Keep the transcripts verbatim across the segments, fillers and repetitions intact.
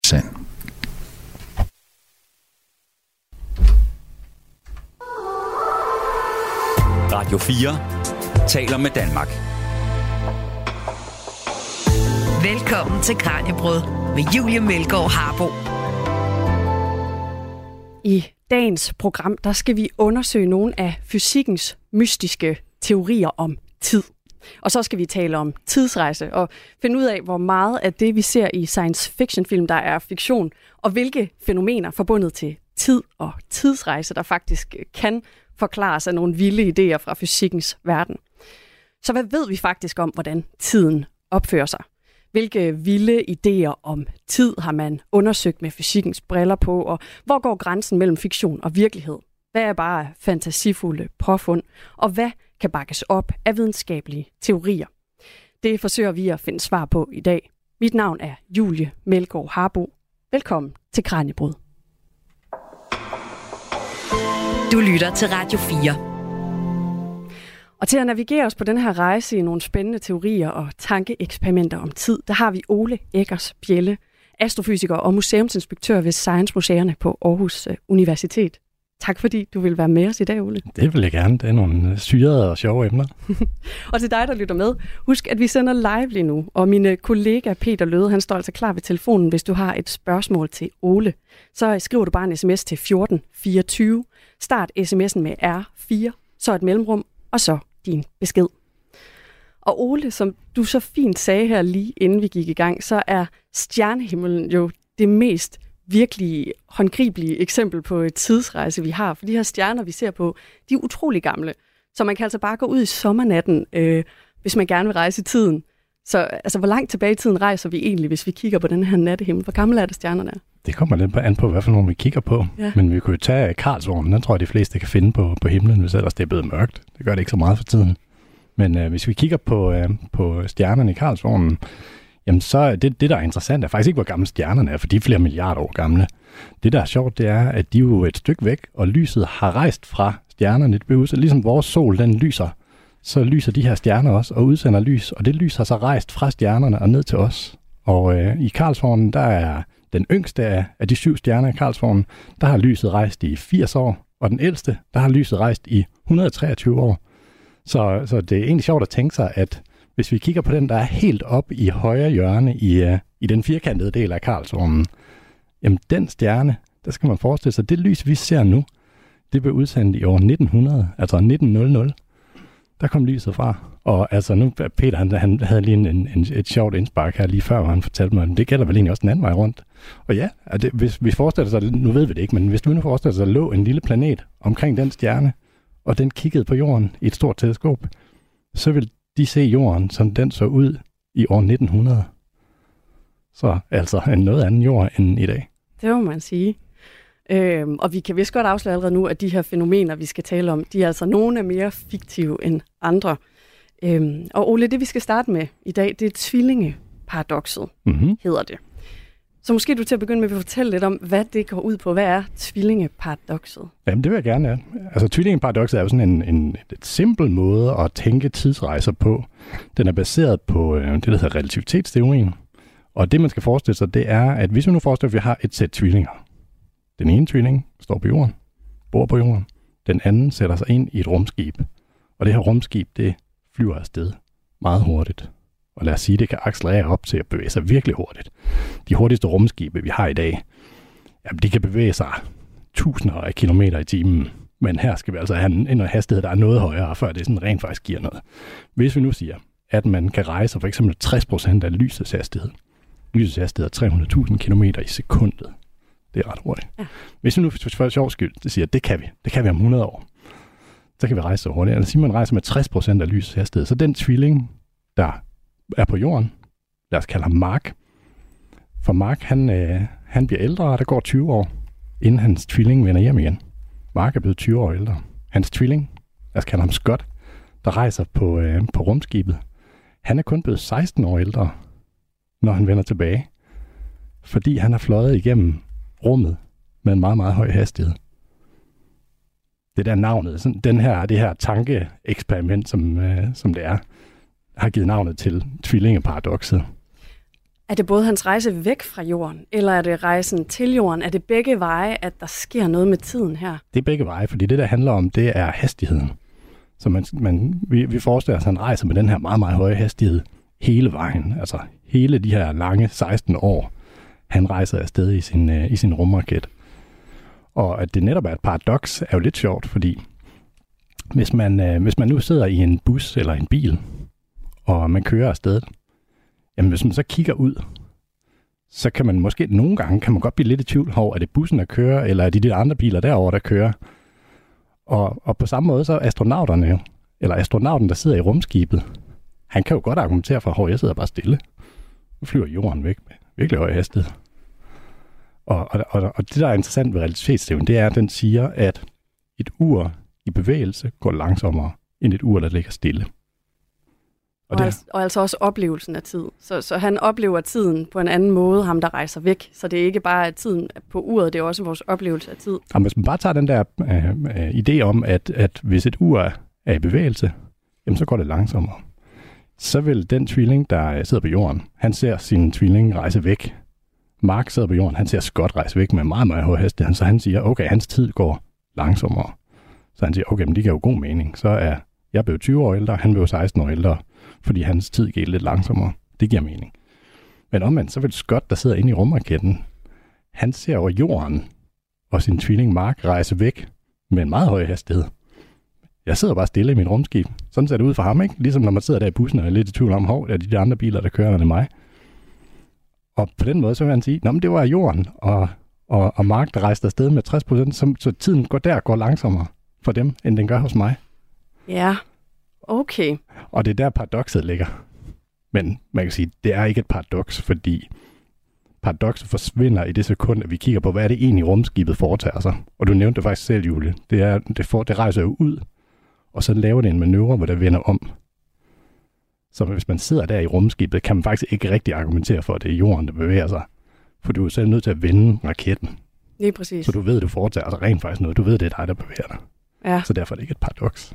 Sand. Radio fire taler med Danmark. Velkommen til Kraniebrød med Julie Melgaard Harbo. I dagens program, der skal vi undersøge nogle af fysikkens mystiske teorier om tid. Og så skal vi tale om tidsrejse og finde ud af, hvor meget af det, vi ser i science fiction film, der er fiktion, og hvilke fænomener forbundet til tid og tidsrejse, der faktisk kan forklares af nogle vilde idéer fra fysikkens verden. Så hvad ved vi faktisk om, hvordan tiden opfører sig? Hvilke vilde idéer om tid har man undersøgt med fysikkens briller på, og hvor går grænsen mellem fiktion og virkelighed? Hvad er bare fantasifulde påfund, og hvad kan bakkes op af videnskabelige teorier? Det forsøger vi at finde svar på i dag. Mit navn er Julie Melgaard Harbo. Velkommen til Kraniebrød. Du lytter til Radio fire. Og til at navigere os på den her rejse i nogle spændende teorier og tankeeksperimenter om tid, der har vi Ole Eggers Bjelle, astrofysiker og museumsinspektør ved Science-museerne på Aarhus Universitet. Tak fordi du vil være med os i dag, Ole. Det vil jeg gerne. Det er nogle syrede og sjove emner. Og til dig, der lytter med, husk, at vi sender live lige nu, og min kollega Peter Løde, han står altså klar ved telefonen, hvis du har et spørgsmål til Ole. Så skriver du bare en sms til fjorten fireogtyve. Start sms'en med R fire, så et mellemrum, og så din besked. Og Ole, som du så fint sagde her lige inden vi gik i gang, så er stjernehimlen jo det mest virkelig håndgribelige eksempel på et tidsrejse, vi har. For de her stjerner, vi ser på, de er utrolig gamle. Så man kan altså bare gå ud i sommernatten, øh, hvis man gerne vil rejse i tiden. Så altså, hvor langt tilbage i tiden rejser vi egentlig, hvis vi kigger på den her nattehimmel? Hvor gamle er det stjernerne er? Det kommer lidt an på, hvad for nogle vi kigger på. Ja. Men vi kunne jo tage Karlsvognen. Den tror jeg, de fleste kan finde på, på himlen, hvis ellers det er blevet mørkt. Det gør det ikke så meget for tiden. Men øh, hvis vi kigger på, øh, på stjernerne i Karlsvognen, jamen så er det, det, der er interessant, er faktisk ikke, hvor gamle stjernerne er, for de er flere milliarder år gamle. Det, der er sjovt, det er, at de er jo et stykke væk, og lyset har rejst fra stjernerne. Det bliver ligesom vores sol, den lyser, så lyser de her stjerner også og udsender lys, og det lys har så rejst fra stjernerne og ned til os. Og øh, i Karlsvognen, der er den yngste af, af de syv stjerner i Karlsvognen, der har lyset rejst i firs år, og den ældste, der har lyset rejst i et hundrede og treogtyve år. Så, så det er egentlig sjovt at tænke sig, at hvis vi kigger på den, der er helt op i højre hjørne i, uh, i den firkantede del af Karlsvognen, jamen den stjerne, der skal man forestille sig, det lys, vi ser nu, det blev udsendt i år nitten hundrede, altså nitten hundrede. Der kom lyset fra. Og altså nu, Peter, han, han havde lige en, en, et sjovt indspark her lige før, hvor han fortalte mig, at det gælder vel egentlig også den anden vej rundt. Og ja, det, hvis vi forestiller sig, nu ved vi det ikke, men hvis du nu forestiller sig, at der lå en lille planet omkring den stjerne, og den kiggede på jorden i et stort teleskop, så vil de se jorden, som den så ud i år nitten hundrede. Så altså en noget anden jord end i dag. Det må man sige. Øhm, og vi kan vist godt afsløre allerede nu, at de her fænomener, vi skal tale om, de er altså nogle er mere fiktive end andre. Øhm, og Ole, det vi skal starte med i dag, det er tvillingeparadoxet, mm-hmm. hedder det. Så måske du til at begynde med at fortælle lidt om, hvad det går ud på. Hvad er tvillingeparadoxet? Jamen det vil jeg gerne, ja. Altså tvillingeparadoxet er jo sådan en, en et simpel måde at tænke tidsrejser på. Den er baseret på øh, det, der hedder relativitetsteorien. Og det, man skal forestille sig, det er, at hvis vi nu forestiller, at vi har et sæt tvillinger. Den ene tvilling står på jorden, bor på jorden. Den anden sætter sig ind i et rumskib. Og det her rumskib, det flyver afsted meget hurtigt. Og lad os sige, det kan accelerere op til at bevæge sig virkelig hurtigt. De hurtigste rumskibe, vi har i dag, jamen, de kan bevæge sig tusinder af kilometer i timen. Men her skal vi altså have en, en hastighed, der er noget højere, før det sådan rent faktisk giver noget. Hvis vi nu siger, at man kan rejse for eksempel tres procent af lysets hastighed. Lysets hastighed er tre hundrede tusind kilometer i sekundet. Det er ret hurtigt. Ja. Hvis vi nu for sjov skyld det siger, at det kan vi. Det kan vi om hundrede år. Så kan vi rejse så hurtigt. Eller siger man rejser med tres procent af lysets hastighed. Så den tvilling, der er på jorden, lad os kalde ham Mark. For Mark, han, øh, han bliver ældre, og der går tyve år, inden hans tvilling vender hjem igen. Mark er blevet tyve år ældre. Hans tvilling, lad os kalde ham Scott, der rejser på, øh, på rumskibet. Han er kun blevet seksten år ældre, når han vender tilbage. Fordi han har fløjet igennem rummet med en meget, meget høj hastighed. Det der navnet, sådan, den her, det her tankeeksperiment, som, øh, som det er, har givet navnet til tvillingeparadoxet. Er det både hans rejse væk fra jorden, eller er det rejsen til jorden? Er det begge veje, at der sker noget med tiden her? Det er begge veje, fordi det, der handler om, det er hastigheden. Så man, man, vi, vi forestiller os, at han rejser med den her meget, meget høje hastighed hele vejen. Altså hele de her lange seksten år, han rejser afsted i sin, uh, i sin rumraket. Og at det netop er et paradoks, er jo lidt sjovt, fordi hvis man, uh, hvis man nu sidder i en bus eller en bil, og man kører afsted, jamen hvis man så kigger ud, så kan man måske nogle gange, kan man godt blive lidt i tvivl over, er det bussen, der kører, eller er det de andre biler derovre, der kører. Og, og på samme måde så astronauterne jo, eller astronauten, der sidder i rumskibet, han kan jo godt argumentere for, at jeg sidder bare stille. Nu flyver jorden væk med virkelig høj hastighed. Og, og, og, og det, der er interessant ved relativitetsteorien, det er, at den siger, at et ur i bevægelse går langsommere end et ur, der ligger stille. Og, og, altså, og altså også oplevelsen af tid. Så, så han oplever tiden på en anden måde, ham der rejser væk. Så det er ikke bare at tiden på uret, det er også vores oplevelse af tid. Jamen, hvis man bare tager den der øh, øh, idé om, at, at hvis et ur er i bevægelse, jamen så går det langsommere. Så vil den tvilling, der sidder på jorden, han ser sin tvilling rejse væk. Mark sidder på jorden, han ser Scott rejse væk med meget, meget høj hastighed. Så han siger, okay, hans tid går langsommere. Så han siger, okay, men det giver jo god mening. Så er jeg blevet tyve år ældre, han blev seksten år ældre, fordi hans tid gik lidt langsommere. Det giver mening. Men omvendt, så vil Scott, der sidder inde i rumraketten, han ser over jorden og sin tvilling Mark rejse væk med en meget høj hastighed. Jeg sidder bare stille i mit rumskib. Sådan ser det ud for ham, ikke? Ligesom når man sidder der i bussen og er lidt i tvivl om, hov, er det de andre biler, der kører, eller det mig? Og på den måde, så vil han sige, nå, men det var jorden, og, og, og Mark, der rejste afsted med tres procent, så, så tiden går der går langsommere for dem, end den gør hos mig. Ja, okay. Og det er der paradokset ligger. Men man kan sige, det er ikke et paradoks, fordi paradokset forsvinder i det sekund, at vi kigger på, hvad er det egentlig rumskibet foretager sig. Og du nævnte det faktisk selv, Julie. Det, er, det, får, det rejser jo ud, og så laver det en manøvre, hvor det vender om. Så hvis man sidder der i rumskibet, kan man faktisk ikke rigtig argumentere for, at det er jorden, der bevæger sig. For du er selv nødt til at vende raketten. Lige præcis. Så du ved, at du foretager sig rent faktisk noget. Du ved, det er dig, der bevæger dig. Ja. Så derfor er det ikke et paradoks.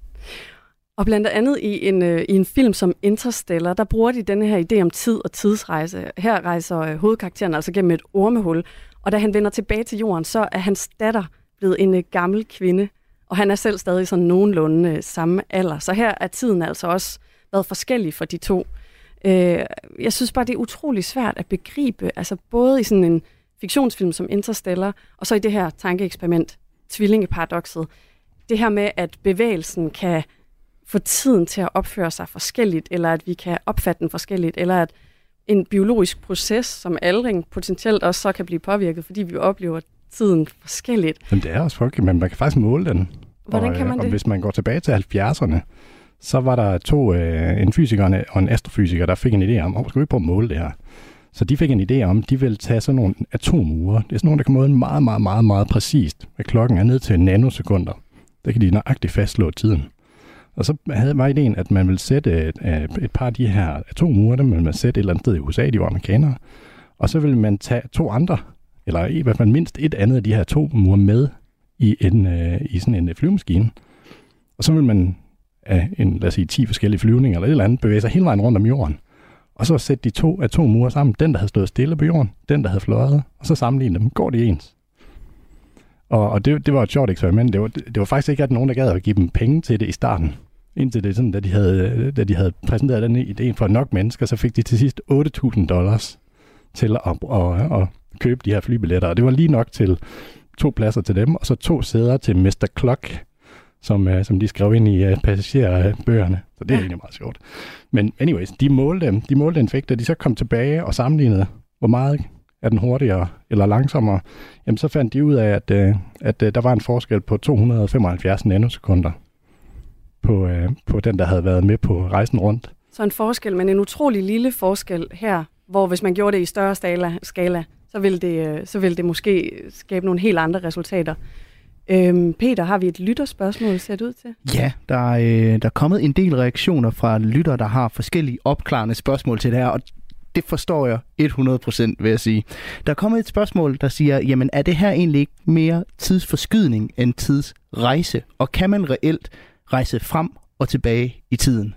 Og blandt andet i en, øh, i en film som Interstellar, der bruger de denne her idé om tid og tidsrejse. Her rejser øh, hovedkarakteren altså gennem et ormehul, og da han vender tilbage til jorden, så er hans datter blevet en øh, gammel kvinde, og han er selv stadig sådan nogenlunde øh, samme alder. Så her er tiden altså også været forskellig for de to. Øh, jeg synes bare, det er utrolig svært at begribe, altså både i sådan en fiktionsfilm som Interstellar, og så i det her tankeeksperiment, tvillingeparadoxet. Det her med, at bevægelsen kan få tiden til at opføre sig forskelligt, eller at vi kan opfatte den forskelligt, eller at en biologisk proces som aldring potentielt også så kan blive påvirket, fordi vi oplever tiden forskelligt. Men det er også folkeligt, men man kan faktisk måle den. Hvordan og, kan man det? Og hvis man går tilbage til halvfjerdserne, så var der to, øh, en fysiker og en astrofysiker, der fik en idé om, hvor skal vi prøve at måle det her? Så de fik en idé om, de ville tage sådan nogle atomure. Det er sådan nogle, der kan måle meget, meget, meget, meget præcist. Med klokken er ned til nanosekunder. Der kan de nøjagtigt fastslå tiden. Og så havde var ideen, at man ville sætte et, et par af de her atomure, dem ville man sætte et eller andet sted i U S A, de var amerikanere. Og så ville man tage to andre, eller i hvert fald mindst et andet af de her atomure med i, en, i sådan en flyvemaskine. Og så ville man af en, lad os sige, ti forskellige flyvninger eller et eller andet, bevæge sig hele vejen rundt om jorden. Og så sætte de to atommure sammen. Den, der havde stået stille på jorden, den, der havde fløjet, og så sammenligne dem. Går de ens? Og, og det, det var et sjovt eksperiment. Det var, det var faktisk ikke, at nogen, der gad at give dem penge til det i starten. Indtil det sådan, da de havde, da de havde præsenteret den idé for nok mennesker, så fik de til sidst otte tusind dollars til at, at, at købe de her flybilletter. Og det var lige nok til to pladser til dem, og så to sæder til mister Clock, som, som de skrev ind i uh, passagerbøgerne. Så det er ja. egentlig meget sjovt. Men anyways, de målte, de målte en effekt, da de så kom tilbage og sammenlignede, hvor meget er den hurtigere eller langsommere, jamen så fandt de ud af, at, at, at der var en forskel på to hundrede og femoghalvfjerds nanosekunder på, uh, på den, der havde været med på rejsen rundt. Så en forskel, men en utrolig lille forskel her, hvor hvis man gjorde det i større skala, skala så, ville det, så ville det måske skabe nogle helt andre resultater. Øhm, Peter, har vi et lytterspørgsmål set ud til? Ja, der er, øh, der er kommet en del reaktioner fra lytter, der har forskellige opklarende spørgsmål til det her, og det forstår jeg hundrede procent, vil jeg sige. Der er kommet et spørgsmål, der siger, jamen er det her egentlig ikke mere tidsforskydning end tidsrejse? Og kan man reelt rejse frem og tilbage i tiden?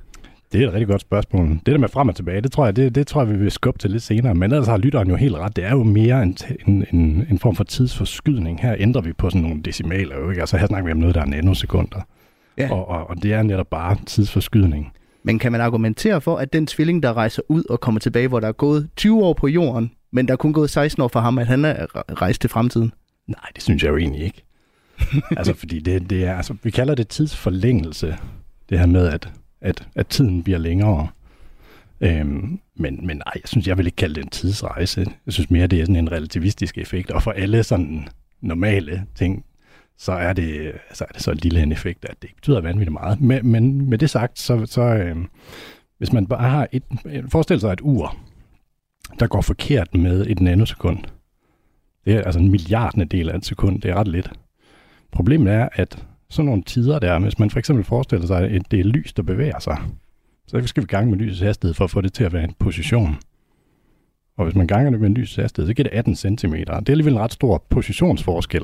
Det er et rigtig godt spørgsmål. Det der med frem og tilbage, det tror jeg, det, det tror jeg, vi vil skubbe til lidt senere. Men ellers har lytteren jo helt ret. Det er jo mere en, en, en, en form for tidsforskydning. Her ændrer vi på sådan nogle decimaler. Jo, ikke? Altså her snakker vi om noget, der er nanosekunder. Ja. Og, og, og det er netop bare tidsforskydning. Men kan man argumentere for, at den tvilling, der rejser ud og kommer tilbage, hvor der er gået tyve år på jorden, men der er kun gået seksten år for ham, at han er rejst til fremtiden? Nej, det synes jeg jo egentlig ikke. altså, fordi det, det er, altså, vi kalder det tidsforlængelse. Det her med, at, at, at tiden bliver længere. Øhm, men, men nej, jeg synes, jeg vil ikke kalde det en tidsrejse. Jeg synes mere, det er sådan en relativistisk effekt. Og for alle sådan normale ting, så er det, så er det så en lille en effekt, at det ikke betyder vanvittigt meget. Men, men med det sagt, så, så øhm, hvis man bare har et, forestil sig et ur, der går forkert med et nanosekund. Det er altså en milliardende del af et sekund. Det er ret lidt. Problemet er, at sådan nogle tider der, hvis man for eksempel forestiller sig, at det er lys, der bevæger sig, så skal vi gange med lysets hastighed for at få det til at være en position. Og hvis man ganger det med en lysets hastighed, så giver det atten centimeter. Det er alligevel en ret stor positionsforskel.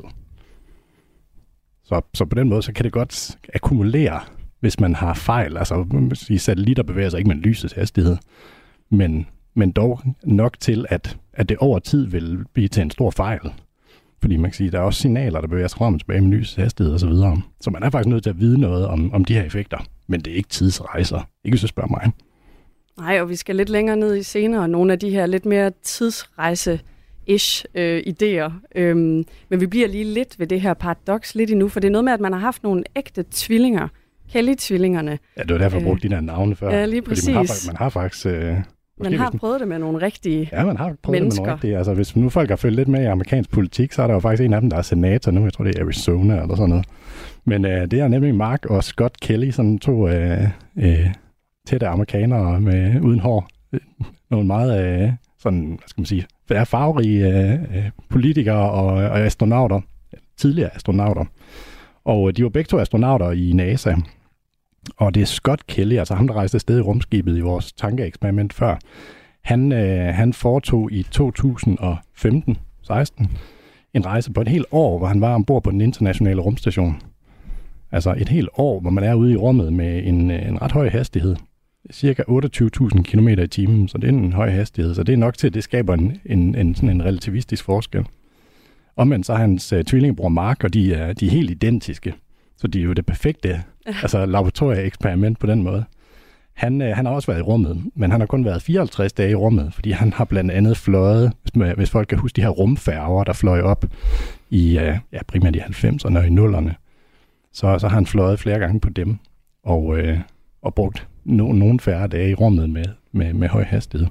Så, så på den måde, så kan det godt akkumulere, hvis man har fejl. Altså, i satellitter bevæger sig ikke med lysets hastighed, men, men dog nok til, at, at det over tid vil blive til en stor fejl. Fordi man kan sige, at der er også signaler, der bevæger sig frem og tilbage med lysets hastighed og så videre. Så man er faktisk nødt til at vide noget om, om de her effekter. Men det er ikke tidsrejser. Ikke hvis du spørger mig. Nej, og vi skal lidt længere ned i senere. Nogle af de her lidt mere tidsrejse-ish øh, idéer. Øhm, men vi bliver lige lidt ved det her paradoks lidt endnu, for det er noget med, at man har haft nogle ægte tvillinger. Kelly-tvillingerne. Ja, det var derfor, jeg brugte de der navne før. Ja, lige præcis. Fordi man har, man har faktisk... Øh, man har prøvet det med nogle rigtige Ja, man har prøvet mennesker. det med nogle rigtige. Altså, hvis nu folk har følt lidt med i amerikansk politik, så er der jo faktisk en af dem, der er senator nu. Jeg tror, det er Arizona eller sådan noget. Men øh, det er nemlig Mark og Scott Kelly, sådan to øh, øh, tætte amerikanere med, uden hår. Nogle meget, øh, sådan, hvad skal man sige, farverige øh, politikere og, og astronauter. Tidligere astronauter. Og de var begge to astronauter i NASA. Og det er Scott Kelly, altså ham, der rejste afsted i rumskibet i vores tankeeksperiment før. Han, øh, han foretog i to tusind og femten seksten en rejse på et helt år, hvor han var ombord på den internationale rumstation. Altså et helt år, hvor man er ude i rummet med en, en ret høj hastighed. Cirka otteogtyve tusind kilometer i timen, så det er en høj hastighed. Så det er nok til, at det skaber en, en, en, sådan en relativistisk forskel. Omvendt så er hans uh, tvillingebror Mark, og de er, de er helt identiske. Så de er jo det perfekte altså laboratorieeksperiment på den måde. Han, øh, han har også været i rummet, men han har kun været fireoghalvtreds dage i rummet, fordi han har blandt andet fløjet, hvis, hvis folk kan huske de her rumfærger, der fløj op i øh, ja, primært i halvfemserne og i nullerne. Så, så har han fløjet flere gange på dem, og, øh, og brugt no, nogle færre dage i rummet med, med, med høj hastighed.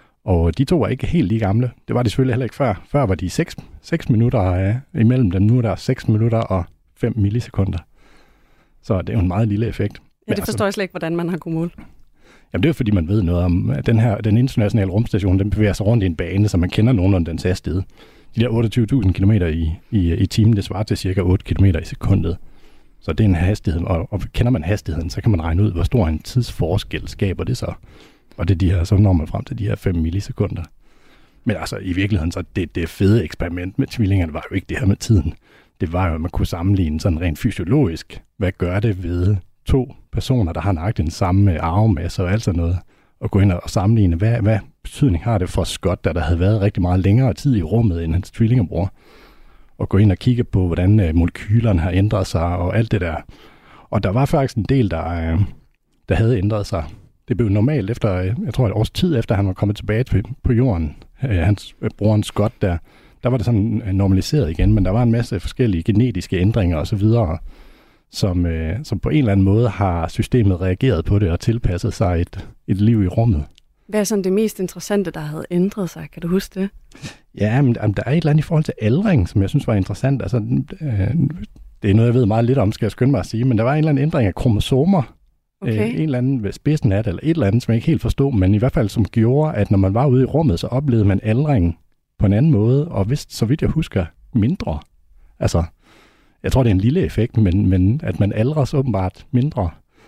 Og de to var ikke helt lige gamle. Det var de selvfølgelig heller ikke før. Før var de seks minutter øh, imellem dem. Nu er der seks minutter og fem millisekunder. Så det er jo en meget lille effekt. Ja, det forstår jeg slet ikke, hvordan man har kunnet måle. Jamen det er jo fordi, man ved noget om, at den her, den internationale rumstation, den bevæger sig rundt i en bane, så man kender nogenlunde dens hastighed. De der otteogtyve tusind kilometer i, i, i timen, det svarer til cirka otte kilometer i sekundet. Så det er en hastighed, og, og kender man hastigheden, så kan man regne ud, hvor stor en tidsforskel skaber det så. Og det de her, så når man frem til de her fem millisekunder. Men altså i virkeligheden, så det, det fede eksperiment med tvillingerne var jo ikke det her med tiden. Det var jo, at man kunne sammenligne sådan rent fysiologisk. Hvad gør det ved to personer, der har nøjagtigt den samme arvemasse og alt sådan noget, og gå ind og sammenligne, hvad, hvad betydning har det for Scott, der der havde været rigtig meget længere tid i rummet end hans tvillingebror, og gå ind og kigge på, hvordan molekylerne har ændret sig og alt det der. Og der var faktisk en del, der, der havde ændret sig. Det blev normalt efter, jeg tror et års tid efter, han var kommet tilbage på jorden, hans broren Scott der, der var det sådan normaliseret igen, men der var en masse forskellige genetiske ændringer og så videre, som, øh, som på en eller anden måde har systemet reageret på det og tilpasset sig et, et liv i rummet. Hvad er sådan det mest interessante, der havde ændret sig? Kan du huske det? Ja, men der er et eller andet i forhold til aldring, som jeg synes var interessant. Altså, øh, det er noget, jeg ved meget lidt om, skal jeg skynde mig at sige, men der var en eller anden ændring af kromosomer. Okay. Øh, en eller anden ved spidsen af det, eller et eller andet, som jeg ikke helt forstod, men i hvert fald som gjorde, at når man var ude i rummet, så oplevede man aldring på en anden måde, og vist, så vidt jeg husker, mindre. Altså, jeg tror, det er en lille effekt, men, men at man aldres åbenbart mindre,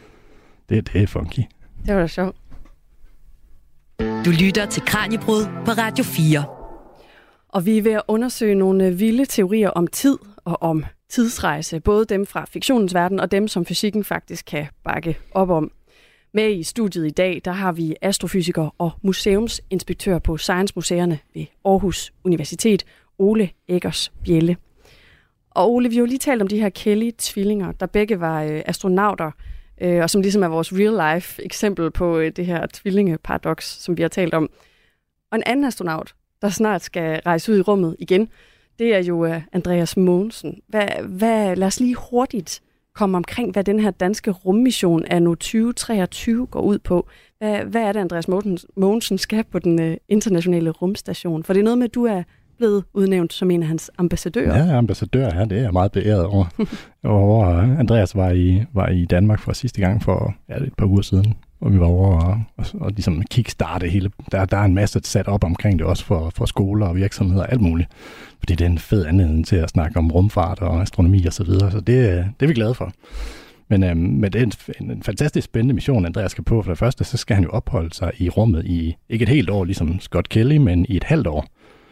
det, det er funky. Det var da sjovt. Du lytter til Kraniebrud på Radio fire. Og vi er ved at undersøge nogle vilde teorier om tid og om tidsrejse. Både dem fra fiktionens verden og dem, som fysikken faktisk kan bakke op om. Med i studiet i dag, der har vi astrofysiker og museumsinspektør på Science-museerne ved Aarhus Universitet, Ole Eggers Bjelle. Og Ole, vi har jo lige talt om de her Kelly-tvillinger, der begge var øh, astronauter, øh, og som ligesom er vores real-life eksempel på øh, det her tvillingeparadoks, som vi har talt om. Og en anden astronaut, der snart skal rejse ud i rummet igen, det er jo øh, Andreas Mogensen. Hvad, hvad, lad os lige hurtigt komme omkring, hvad den her danske rummission anno tyve treogtyve går ud på. Hvad, hvad er det, Andreas Mogensen skal på den øh, internationale rumstation? For det er noget med, at du er blevet udnævnt som en af hans ambassadører. Ja, ambassadør her, ja, det er jeg meget beæret over. over Andreas var i, var i Danmark for sidste gang for ja, et par uger siden, hvor vi var over og, og, og ligesom kickstarte hele. Der, der er en masse sat op omkring det også for, for skoler og virksomheder og alt muligt. Fordi det er en fed anledning til at snakke om rumfart og astronomi og så videre, så det, det er vi glade for. Men, øhm, men det er en, en fantastisk spændende mission, Andreas skal på. For det første, så skal han jo opholde sig i rummet i ikke et helt år, ligesom Scott Kelly, men i et halvt år.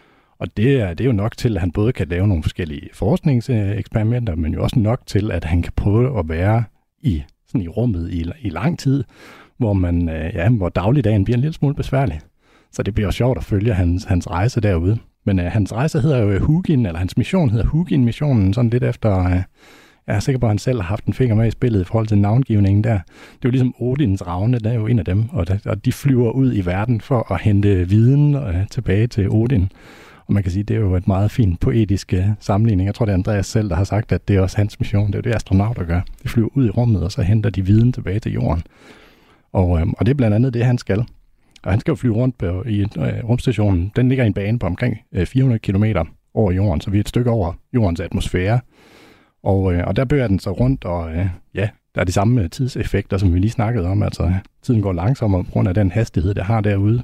Og det er, det er jo nok til, at han både kan lave nogle forskellige forskningseksperimenter, men jo også nok til, at han kan prøve at være i, sådan i rummet i, i lang tid, hvor, man, ja, hvor dagligdagen bliver en lille smule besværlig. Så det bliver jo sjovt at følge hans, hans rejse derude. Men uh, hans rejse hedder jo Hugin, eller hans mission hedder Hugin-missionen, sådan lidt efter, uh, jeg er sikker på, at han selv har haft en finger med i spillet i forhold til navngivningen der. Det er jo ligesom Odins ravne, der er jo en af dem, og, der, og de flyver ud i verden for at hente viden uh, tilbage til Odin. Og man kan sige, det er jo et meget fint poetisk uh, sammenligning. Jeg tror, det er Andreas selv, der har sagt, at det er også hans mission. Det er jo det, astronauter gør. De flyver ud i rummet, og så henter de viden tilbage til jorden. Og, uh, og det er blandt andet det, han skal. Og han skal jo flyve rundt på, i øh, rumstationen. Den ligger i en bane på omkring øh, fire hundrede kilometer over jorden, så vi er et stykke over jordens atmosfære. Og, øh, og der bevæger den sig rundt, og øh, ja, der er de samme tidseffekter, som vi lige snakkede om. Altså, tiden går langsommere på grund af den hastighed, der har derude.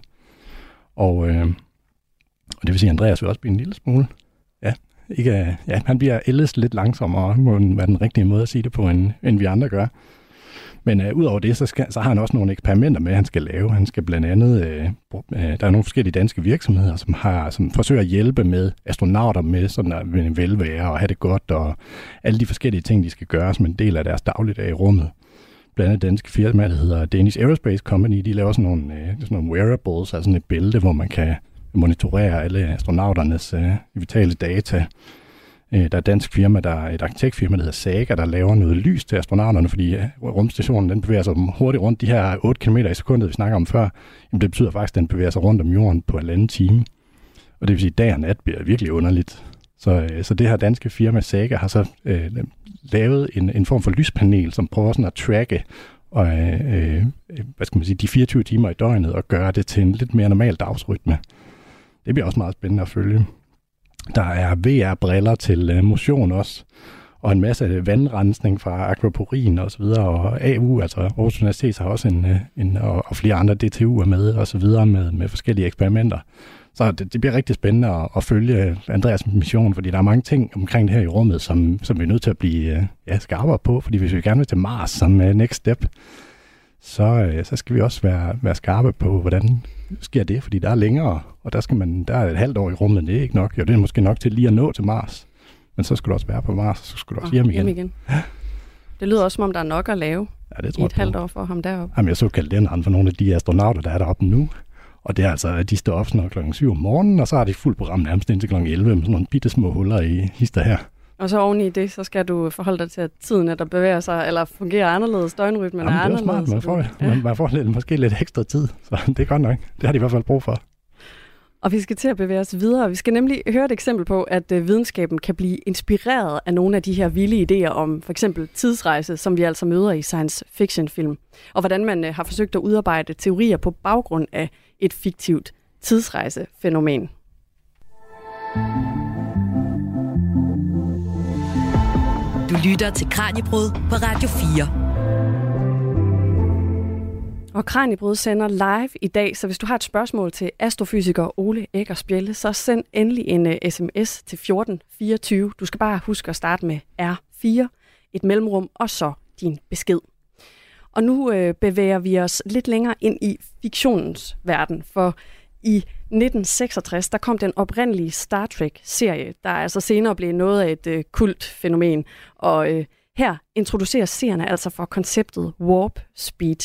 Og, øh, og det vil sige, at Andreas vil også blive en lille smule. Ja, ikke, ja han bliver ellers lidt langsommere, må være den rigtige måde at sige det på, end, end vi andre gør. Men øh, udover det, så, skal, så har han også nogle eksperimenter med, han skal lave. Han skal blandt andet, øh, øh, der er nogle forskellige danske virksomheder, som, har, som forsøger at hjælpe med astronauter med sådan at velvære og have det godt, og alle de forskellige ting, de skal gøre som en del af deres dagligdag i rummet. Blandt andet danske firma, der hedder Danish Aerospace Company, de laver sådan nogle, øh, sådan nogle wearables, altså sådan et bælte, hvor man kan monitorere alle astronauternes øh, vitale data. Der er et dansk firma, der er et arkitektfirma, der hedder Saga, der laver noget lys til astronauterne, fordi rumstationen den bevæger sig hurtigt rundt. De her otte kilometer i sekundet, vi snakker om før, jamen det betyder faktisk, at den bevæger sig rundt om jorden på en anden time. Og det vil sige, at dag og nat bliver virkelig underligt. Så, så det her danske firma Saga har så øh, lavet en, en form for lyspanel, som prøver sådan at tracke og, øh, hvad skal man sige, de fireogtyve timer i døgnet og gøre det til en lidt mere normal dagsrytme. Det bliver også meget spændende at følge. Der er V R-briller til uh, motion også, og en masse vandrensning fra akvaporin og så videre, og A U, altså Aarhus Universitet, har også en, en og, og flere andre D T U'er med, og så videre med, med forskellige eksperimenter. Så det, det bliver rigtig spændende at, at følge Andreas' mission, fordi der er mange ting omkring det her i rummet, som, som vi er nødt til at blive uh, ja, skarpere på, fordi hvis vi gerne vil til Mars som uh, next step, så, uh, så skal vi også være, være skarpe på, hvordan sker det, fordi der er længere, og der, skal man, der er et halvt år i rummet, det er ikke nok. Jo, det er måske nok til lige at nå til Mars, men så skal du også være på Mars, så skal du også oh, hjem igen. Hjem igen. Det lyder også, som om der er nok at lave ja, det tror i et halvt år for ham deroppe. Jamen, jeg så kalenderen for nogle af de astronauter, der er deroppe nu, og det er altså, at de står op sådan klokken syv om morgenen, og så har de fuldt program nærmest indtil klokken elleve, med sådan nogle bitte små huller i hister her. Og så oven i det, så skal du forholde dig til, at tiden, der bevæger sig, eller fungerer anderledes, døgnrytmen er anderledes. Jamen, det er smart. Man får, ja. man, man får lidt, måske lidt ekstra tid, så det er godt nok. Det har de i hvert fald brug for. Og vi skal til at bevæge os videre. Vi skal nemlig høre et eksempel på, at videnskaben kan blive inspireret af nogle af de her vilde idéer om for eksempel tidsrejse, som vi altså møder i science fiction film. Og hvordan man har forsøgt at udarbejde teorier på baggrund af et fiktivt tidsrejsefænomen. Du lytter til Kraniebrud på Radio fire. Og Kraniebrud sender live i dag, så hvis du har et spørgsmål til astrofysiker Ole Eggers Bjelle, så send endelig en uh, sms til fjorten fireogtyve. Du skal bare huske at starte med R fire, et mellemrum og så din besked. Og nu uh, bevæger vi os lidt længere ind i fiktionens verden, for i nitten seksogtres, der kom den oprindelige Star Trek-serie, der altså senere blev noget af et uh, kultfænomen. Og uh, her introducerer seerne altså for konceptet warp speed.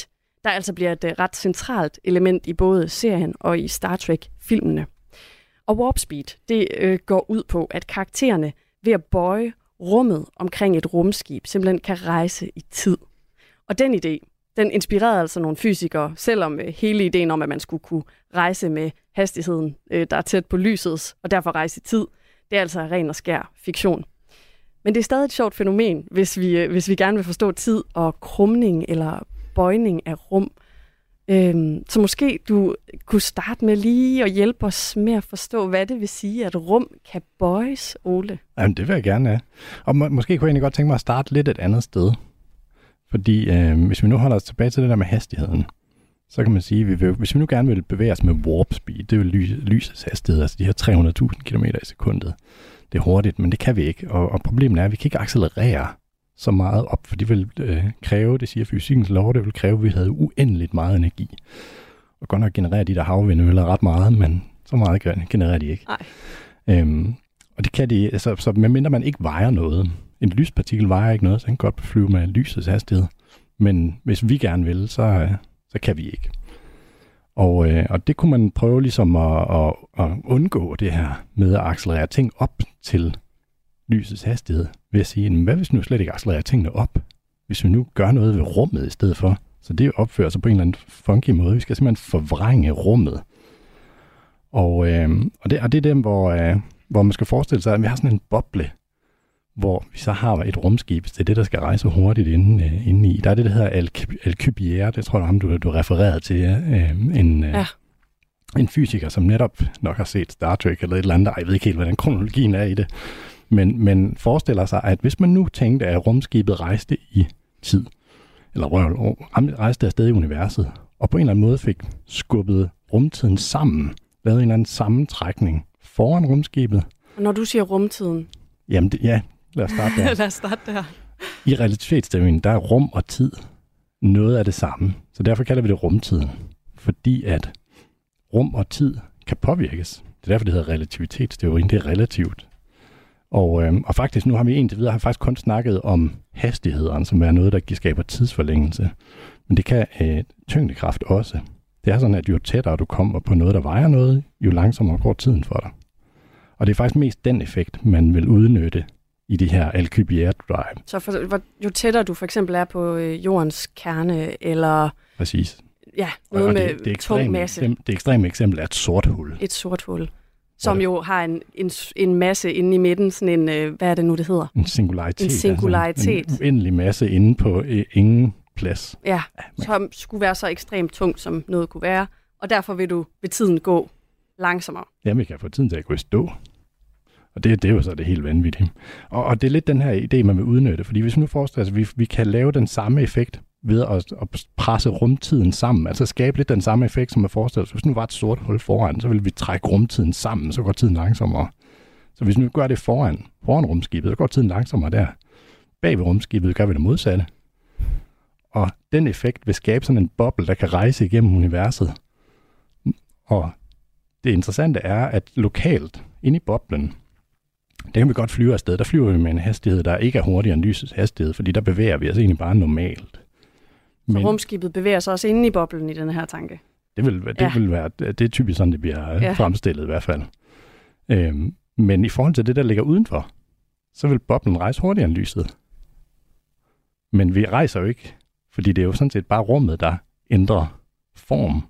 der altså bliver et ret centralt element i både serien og i Star Trek-filmene. Og warp speed, det øh, går ud på, at karaktererne ved at bøje rummet omkring et rumskib simpelthen kan rejse i tid. Og den idé, den inspirerede altså nogle fysikere, selvom øh, hele ideen om, at man skulle kunne rejse med hastigheden, øh, der er tæt på lysets, og derfor rejse i tid, det er altså ren og skær fiktion. Men det er stadig et sjovt fænomen, hvis vi, øh, hvis vi gerne vil forstå tid og krumning eller bøjning af rum. Øhm, så måske du kunne starte med lige at hjælpe os med at forstå, hvad det vil sige, at rum kan bøjes, Ole. Jamen, det vil jeg gerne have. Og må, måske kunne jeg egentlig godt tænke mig at starte lidt et andet sted. Fordi øh, hvis vi nu holder os tilbage til det der med hastigheden, så kan man sige, at vi vil, hvis vi nu gerne vil bevæge os med warp speed, det er jo lys, lysets hastighed, altså de her tre hundrede tusind kilometer i sekundet. Det er hurtigt, men det kan vi ikke. Og, og problemet er, at vi kan ikke accelerere så meget op, for det vil øh, kræve, det siger fysikkens lov, det vil kræve, at vi havde uendeligt meget energi. Og godt nok genererer de der havvindmøller ret meget, men så meget genererer de ikke. Nej. Øhm, og det kan de, altså, så medmindre man ikke vejer noget. En lyspartikel vejer ikke noget, så den kan godt flyve med lysets hastighed. Men hvis vi gerne vil, så, så kan vi ikke. Og, øh, og det kunne man prøve ligesom at, at, at undgå det her med at accelerere ting op til lysets hastighed, ved at sige, hvad hvis nu slet ikke accelererer tingene op? Hvis vi nu gør noget ved rummet i stedet for, så det opfører sig på en eller anden funky måde. Vi skal simpelthen forvrænge rummet. Og, øh, og, det, og det er dem, hvor, øh, hvor man skal forestille sig, at vi har sådan en boble, hvor vi så har et rumskib, det er det, der skal rejse hurtigt inde, øh, inde i. Der er det, der hedder Alcubierre, det tror jeg, ham, du, du refererede til, øh, en, øh, ja. en fysiker, som netop nok har set Star Trek eller et eller andet, jeg ved ikke helt, hvordan kronologien er i det, men, men forestiller sig, at hvis man nu tænkte, at rumskibet rejste i tid, eller rejste afsted i universet, og på en eller anden måde fik skubbet rumtiden sammen, lavet en eller anden sammentrækning foran rumskibet. Og når du siger rumtiden? Jamen, det, ja, lad os starte der. lad os starte der. I relativitetsteorien, der er rum og tid noget af det samme. Så derfor kalder vi det rumtiden. Fordi at rum og tid kan påvirkes. Det er derfor, det hedder relativitetsteorien. Det er relativt. Og, øhm, og faktisk, nu har vi indtil videre har faktisk kun snakket om hastigheden, som er noget, der skaber tidsforlængelse. Men det kan øh, tyngdekraft også. Det er sådan, at jo tættere du kommer på noget, der vejer noget, jo langsommere går tiden for dig. Og det er faktisk mest den effekt, man vil udnytte i de her Alcubierre drive. Så for, jo tættere du for eksempel er på øh, jordens kerne, eller... Præcis. Ja, noget og med det, det tung masse. Eksempel, det ekstreme eksempel er et sort hul. Et sort hul, som jo har en, en, en masse inde i midten, sådan en, øh, hvad er det nu, det hedder? En singularitet. En singularitet. Altså en uendelig masse inde på øh, ingen plads. Ja, som skulle være så ekstremt tungt, som noget kunne være, og derfor vil du ved tiden gå langsommere. Jamen, vi kan få tiden til at gå i stå. Og det, det er jo så det helt vanvittige. Og, og det er lidt den her idé, man vil udnytte, fordi hvis vi nu forestiller os, at vi, vi kan lave den samme effekt ved at, at presse rumtiden sammen, altså skabe lidt den samme effekt, som man forestiller sig. Hvis nu var et sort hul foran, så vil vi trække rumtiden sammen, så går tiden langsommere. Så hvis vi nu gør det foran, foran rumskibet, så går tiden langsommere der. Bag ved rumskibet gør vi det modsatte. Og den effekt vil skabe sådan en boble, der kan rejse igennem universet. Og det interessante er, at lokalt inde i boblen, der kan vi godt flyve afsted. Der flyver vi med en hastighed, der ikke er hurtigere end lysets hastighed, fordi der bevæger vi os egentlig bare normalt. Men så rumskibet bevæger sig også inde i boblen i den her tanke? Det vil, det ja. vil være, det er typisk sådan, det bliver ja. fremstillet i hvert fald. Øhm, men i forhold til det, der ligger udenfor, så vil boblen rejse hurtigere end lyset. Men vi rejser jo ikke, fordi det er jo sådan set bare rummet, der ændrer form.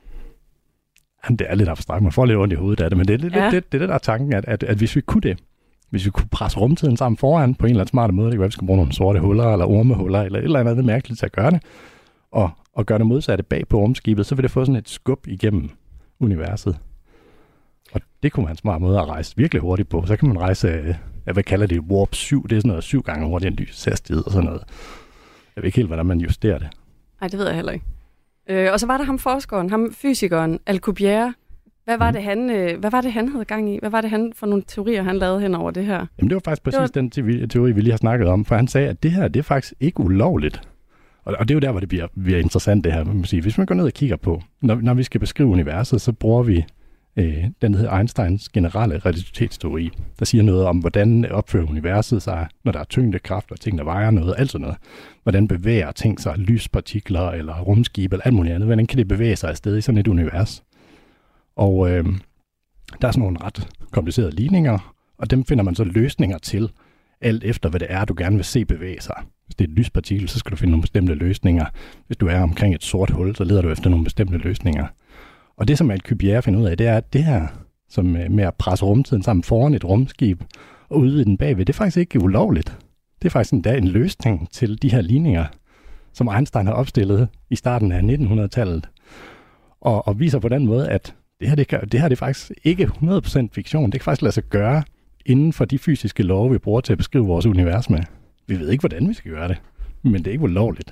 Jamen, det er lidt abstrakt, man får lidt ondt i hovedet af det, men det er det, ja. det, det, det, det der er tanken, at, at, at hvis vi kunne det, hvis vi kunne presse rumtiden sammen foran på en eller anden smart måde, det kan være, at vi skal bruge nogle sorte huller, eller ormehuller, eller et eller andet mærkeligt til at gøre det, og, og gøre det modsatte bag på rumskibet, så vil det få sådan et skub igennem universet. Og det kunne være en smart måde at rejse virkelig hurtigt på. Så kan man rejse, jeg vil kalde det warp syv, det er sådan noget syv gange hurtigere end lysets hastighed og sådan noget. Jeg ved ikke helt, hvordan man justerer det. Nej, det ved jeg heller ikke. Øh, og så var der ham forskeren, ham fysikeren, Alcubierre. Hvad var, mm. det, han, øh, hvad var det, han havde gang i? Hvad var det han for nogle teorier, han lavede hen over det her? Jamen, det var faktisk præcis var... den teori, vi lige har snakket om, for han sagde, at det her, det er faktisk ikke ulovligt. Og, og det er jo der, hvor det bliver, bliver interessant, det her. Man sige. Hvis man går ned og kigger på, når, når vi skal beskrive universet, så bruger vi øh, den hedder Einsteins generelle relativitetsteori, der siger noget om, hvordan opfører universet sig, når der er tyngdekraft og ting, der vejer noget, alt sådan noget. Hvordan bevæger ting sig, lyspartikler eller rumskib eller alt muligt andet, hvordan kan det bevæge sig afsted i sådan et univers? Og øh, der er sådan nogle ret komplicerede ligninger, og dem finder man så løsninger til, alt efter hvad det er, du gerne vil se bevæge sig. Hvis det er et lyspartikel, så skal du finde nogle bestemte løsninger. Hvis du er omkring et sort hul, så leder du efter nogle bestemte løsninger. Og det, som Alcubierre finder ud af, det er, at det her, som med at presse rumtiden sammen foran et rumskib og udvide den bagved, det er faktisk ikke ulovligt. Det er faktisk endda en løsning til de her ligninger, som Einstein har opstillet i starten af nittenhundredetallet. Og, og viser på den måde, at det her, det, kan, det her det er faktisk ikke hundrede procent fiktion. Det kan faktisk lade sig gøre inden for de fysiske love, vi bruger til at beskrive vores univers med. Vi ved ikke, hvordan vi skal gøre det, men det er ikke ulovligt.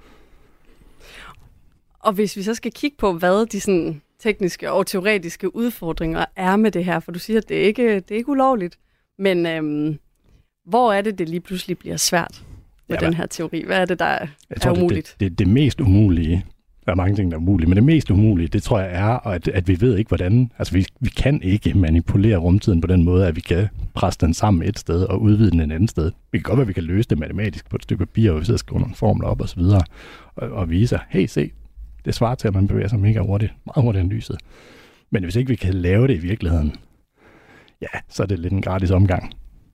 Og hvis vi så skal kigge på, hvad de sådan tekniske og teoretiske udfordringer er med det her, for du siger, at det er ikke det er ikke ulovligt, men øhm, hvor er det, det lige pludselig bliver svært med ja, den her teori? Hvad er det, der er, jeg tror, er umuligt? Det, det, det, det mest umulige, der er mange ting, der er umulige, men det mest umulige, det tror jeg er, at, at vi ved ikke, hvordan, altså vi, vi kan ikke manipulere rumtiden på den måde, at vi kan presse den sammen et sted og udvide den et andet sted. Vi kan godt være, at vi kan løse det matematisk på et stykke papir, og vi sidder og skriver nogle formler op og så videre, og, og vise, hey, se, det svarer til, at man bevæger sig mega hurtigt, meget hurtigt end lyset. Men hvis ikke vi kan lave det i virkeligheden, ja, så er det lidt en gratis omgang.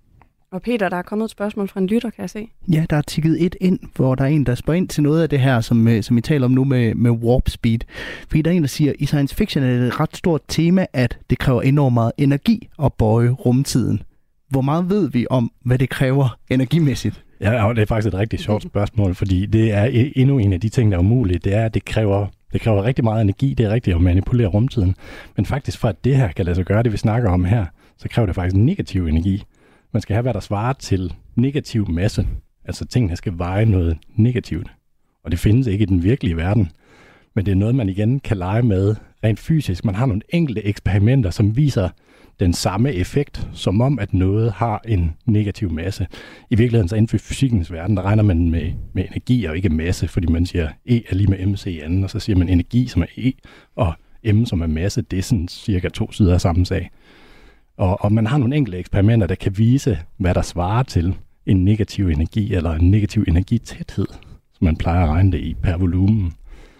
Og Peter, der er kommet et spørgsmål fra en lytter, kan jeg se. Ja, der er tikket et ind, hvor der er en, der spørger ind til noget af det her, som, som I taler om nu med, med warp speed. Fordi der er en, der siger, at i science fiction er det et ret stort tema, at det kræver enormt meget energi at bøje rumtiden. Hvor meget ved vi om, hvad det kræver energimæssigt? Ja, og det er faktisk et rigtig sjovt spørgsmål, fordi det er endnu en af de ting, der er umulige. Det er, at det kræver, det kræver rigtig meget energi. Det er rigtigt at manipulere rumtiden. Men faktisk for at det her kan lade sig gøre, det vi snakker om her, så kræver det faktisk negativ energi. Man skal have, hvad der svarer til negativ masse. Altså tingene skal veje noget negativt. Og det findes ikke i den virkelige verden. Men det er noget, man igen kan lege med rent fysisk. Man har nogle enkelte eksperimenter, som viser den samme effekt, som om, at noget har en negativ masse. I virkeligheden, så inden for fysikkens verden, der regner man med, med energi og ikke masse, fordi man siger, E er lige med mc i anden, og så siger man energi, som er E, og M, som er masse, det er sådan cirka to sider af samme sag. Og, og man har nogle enkelte eksperimenter, der kan vise, hvad der svarer til en negativ energi, eller en negativ energitæthed, som man plejer at regne det i per volumen.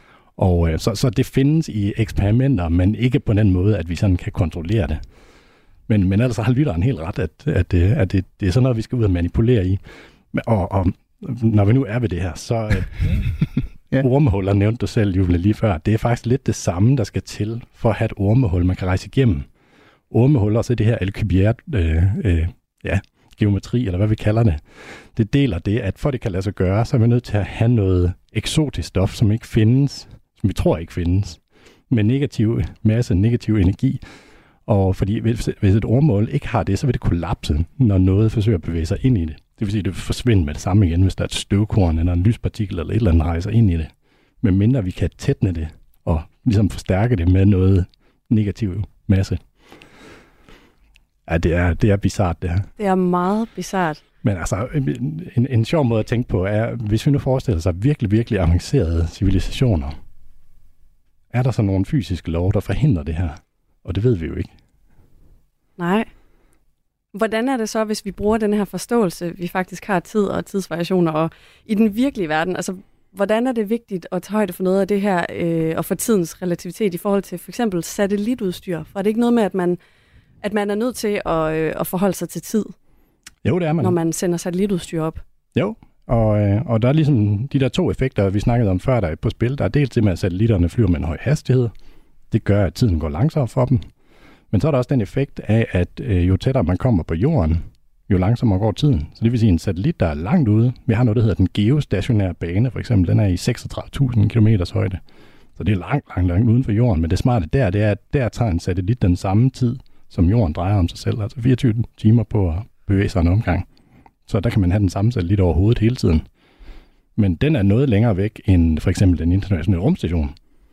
Og øh, så, så det findes i eksperimenter, men ikke på den måde, at vi sådan kan kontrollere det. Men, men ellers har lytteren helt ret, at, at, det, at det, det er sådan noget, vi skal ud og manipulere i. Og, og når vi nu er ved det her, så øh, ja. Ormehuller nævnte du selv, Julie, lige før. Det er faktisk lidt det samme, der skal til for at have et ormehul, man kan rejse igennem. Ormehuller, så det her Alcubierre øh, øh, ja, geometri, eller hvad vi kalder det, det deler det, at for det kan lade sig gøre, så er vi nødt til at have noget eksotisk stof, som ikke findes, som vi tror ikke findes, med negativ masse, negativ energi. Og fordi hvis, hvis et ormemål ikke har det, så vil det kollapse, når noget forsøger at bevæge sig ind i det. Det vil sige, at det vil forsvinde med det samme igen, hvis der er et støvkorn eller en lyspartikel eller et eller andet rejser ind i det. Men mindre vi kan tætne det og ligesom forstærke det med noget negativ masse. Ja, det er, det er bizart, det her. Det er meget bizart. Men altså, en, en sjov måde at tænke på er, hvis vi nu forestiller sig virkelig, virkelig avancerede civilisationer, er der så nogle fysiske love, der forhindrer det her? Og det ved vi jo ikke. Nej. Hvordan er det så, hvis vi bruger den her forståelse, vi faktisk har tid og tidsvariationer, og i den virkelige verden, altså hvordan er det vigtigt at tage højde for noget af det her, øh, og for tidens relativitet i forhold til for eksempel satellitudstyr? For er det ikke noget med, at man, at man er nødt til at, øh, at forholde sig til tid? Jo, det er man. Når man sender satellitudstyr op? Jo, og, øh, og der er ligesom de der to effekter, vi snakkede om før, der er på spil. Der er dels det med, at satellitterne flyver med en høj hastighed. Det gør, at tiden går langsommere for dem. Men så er der også den effekt af, at øh, jo tættere man kommer på jorden, jo langsommere går tiden. Så det vil sige, en satellit, der er langt ude. Vi har noget, der hedder den geostationære bane, for eksempel. Den er i seksogtredive tusind kilometers højde. Så det er langt, langt, langt uden for jorden. Men det smarte der, det er, at der tager en satellit den samme tid, som jorden drejer om sig selv. Altså fireogtyve timer på at bevæge sig en omgang. Så der kan man have den samme satellit over hovedet hele tiden. Men den er noget længere væk end for eksempel den internationale rumstation.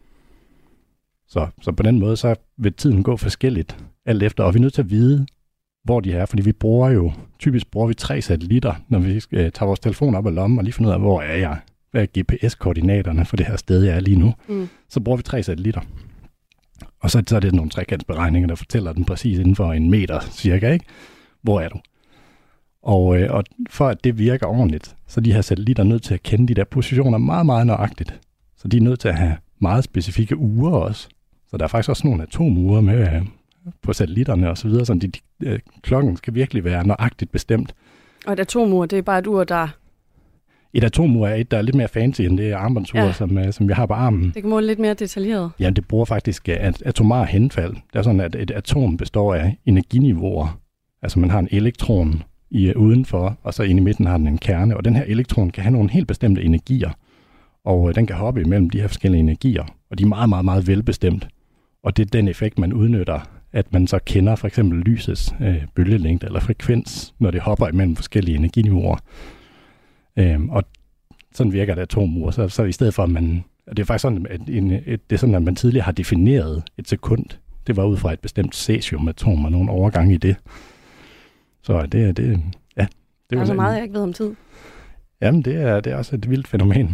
Så, så på den måde, så vil tiden gå forskelligt alt efter, og vi er nødt til at vide, hvor de er, fordi vi bruger jo, typisk bruger vi tre satellitter, når vi skal tage vores telefon op af lommen og lige finde ud af, hvor er jeg? Hvad er G P S-koordinaterne for det her sted, jeg er lige nu? Mm. Så bruger vi tre satellitter. Og så, så er det nogle trekantsberegninger, der fortæller den præcis inden for en meter cirka, ikke? Hvor er du? Og, øh, og for at det virker ordentligt, så er de her satellitter nødt til at kende de der positioner meget, meget nøjagtigt. Så de er nødt til at have meget specifikke uger også. Så der er faktisk også nogle atomure med øh, på satellitterne og så videre, så de, de, øh, klokken skal virkelig være nøjagtigt bestemt. Og et atomur, det er bare et ur, der... Et atomur er et, der er lidt mere fancy end det armbåndsur, ja. som, øh, som jeg har på armen. Det kan måle lidt mere detaljeret. Ja, det bruger faktisk at atomar henfald. Det er sådan, at et atom består af energiniveauer. Altså man har en elektron i, udenfor, og så inde i midten har den en kerne. Og den her elektron kan have nogle helt bestemte energier. Og øh, den kan hoppe imellem de her forskellige energier. Og de er meget, meget, meget velbestemt. Og det er den effekt, man udnytter, at man så kender for eksempel lysets øh, bølgelængde eller frekvens, når det hopper imellem forskellige energiniveauer. Øhm, og sådan virker det atomur. Så, så i stedet for, at man... Og det er faktisk sådan, at, en, et, det er sådan, at man tidligere har defineret et sekund. Det var ud fra et bestemt cesiumatom og nogle overgange i det. Så det, det, ja, det er er så meget, jeg ikke ved om tid. Jamen, det er, det er også et vildt fænomen.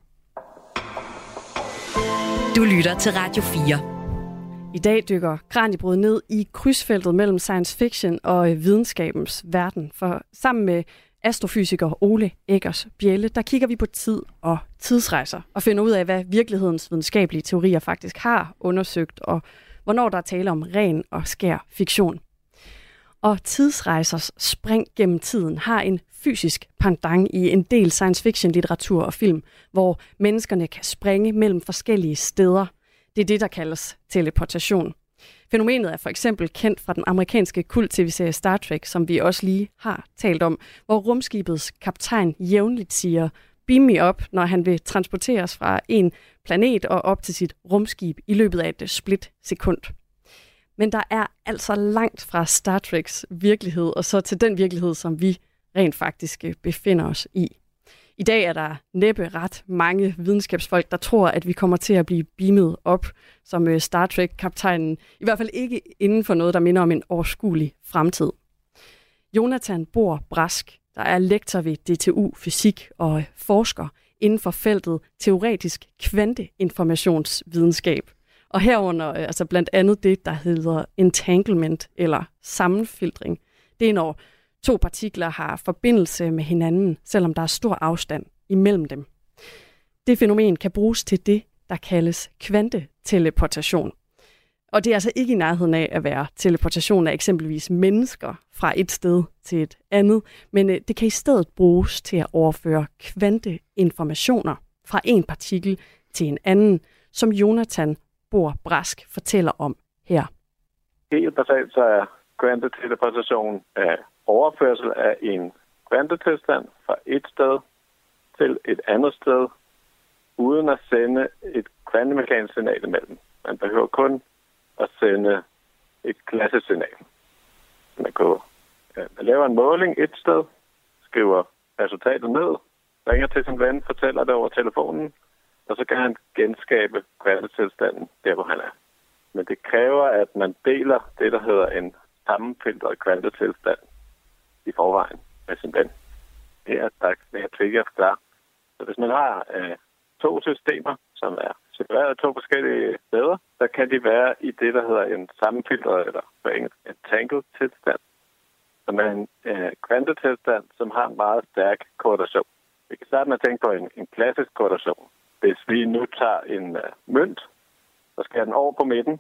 Du lytter til Radio fire. I dag dykker Kraniebrud ned i krydsfeltet mellem science fiction og videnskabens verden. For sammen med astrofysiker Ole Eggers Bjelle, der kigger vi på tid og tidsrejser og finder ud af, hvad virkelighedens videnskabelige teorier faktisk har undersøgt, og hvornår der er tale om ren og skær fiktion. Og tidsrejsers spring gennem tiden har en fysisk pendant i en del science fiction litteratur og film, hvor menneskerne kan springe mellem forskellige steder. Det er det, der kaldes teleportation. Fænomenet er for eksempel kendt fra den amerikanske kult-tv serie Star Trek, som vi også lige har talt om, hvor rumskibets kaptajn jævnligt siger, beam me up, når han vil transporteres fra en planet og op til sit rumskib i løbet af et split sekund. Men der er altså langt fra Star Treks virkelighed, og så til den virkelighed, som vi rent faktisk befinder os i. I dag er der næppe ret mange videnskabsfolk, der tror, at vi kommer til at blive beamet op som Star Trek-kaptajnen. I hvert fald ikke inden for noget, der minder om en overskuelig fremtid. Jonathan Bohr Brask, der er lektor ved D T U Fysik og forsker inden for feltet teoretisk kvanteinformationsvidenskab. Og herunder altså blandt andet det, der hedder entanglement eller sammenfiltring. Det er når to partikler har forbindelse med hinanden, selvom der er stor afstand imellem dem. Det fænomen kan bruges til det, der kaldes kvanteteleportation. Og det er altså ikke i nærheden af at være teleportation af eksempelvis mennesker fra et sted til et andet, men det kan i stedet bruges til at overføre kvanteinformationer fra en partikel til en anden, som Jonathan Bohr Brask fortæller om her. Helt basalt så er kvanteteleportation af overførsel af en kvantetilstand fra et sted til et andet sted, uden at sende et kvantemekanisk signal imellem. Man behøver kun at sende et klassesignal. Man, kan, man laver en måling et sted, skriver resultatet ned, ringer til sin ven, fortæller det over telefonen, og så kan han genskabe kvantetilstanden der, hvor han er. Men det kræver, at man deler det, der hedder en sammenfiltret kvantetilstand i forvejen med sin ven. Det er der er trigger klar. Så hvis man har øh, to systemer, som er separeret af to forskellige steder, så kan de være i det, der hedder en sammenfiltret, eller på engelsk, entangled tilstand, som er en øh, kvantetilstand, som har en meget stærk korrelation. Vi kan starte med at tænke på en, en klassisk korrelation. Hvis vi nu tager en øh, mønt, så skal den over på midten,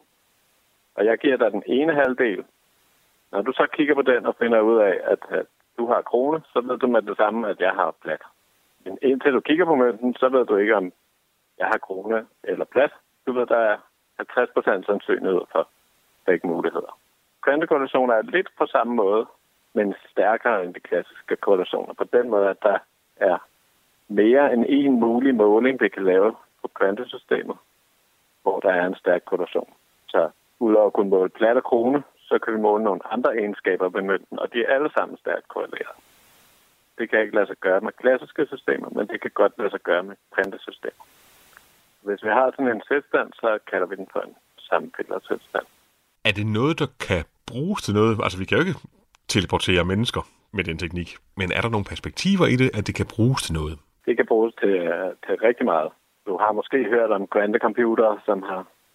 og jeg giver dig den ene halvdel. Når du så kigger på den og finder ud af, at, at du har krone, så ved du med det samme, at jeg har plat. Men indtil du kigger på mønten, så ved du ikke, om jeg har krone eller plat. Du ved, der er halvtreds procent sandsynlighed for begge muligheder. Kvantekorrelationer er lidt på samme måde, men stærkere end de klassiske korrelationer. På den måde, at der er mere end en mulig måling, vi kan lave på kvantesystemet, hvor der er en stærk korrelation. Så udover at kunne måle plat og krone, så kan vi måle nogle andre egenskaber ved mønten, og de er alle sammen stærkt korreleret. Det kan ikke lade sig gøre med klassiske systemer, men det kan godt lade sig gøre med kvantesystemer. Hvis vi har sådan en tilstand, så kalder vi den for en sammenfiltret tilstand. Er det noget, der kan bruges til noget? Altså, vi kan jo ikke teleportere mennesker med den teknik, men er der nogle perspektiver i det, at det kan bruges til noget? Det kan bruges til, til rigtig meget. Du har måske hørt om kvantecomputere, som har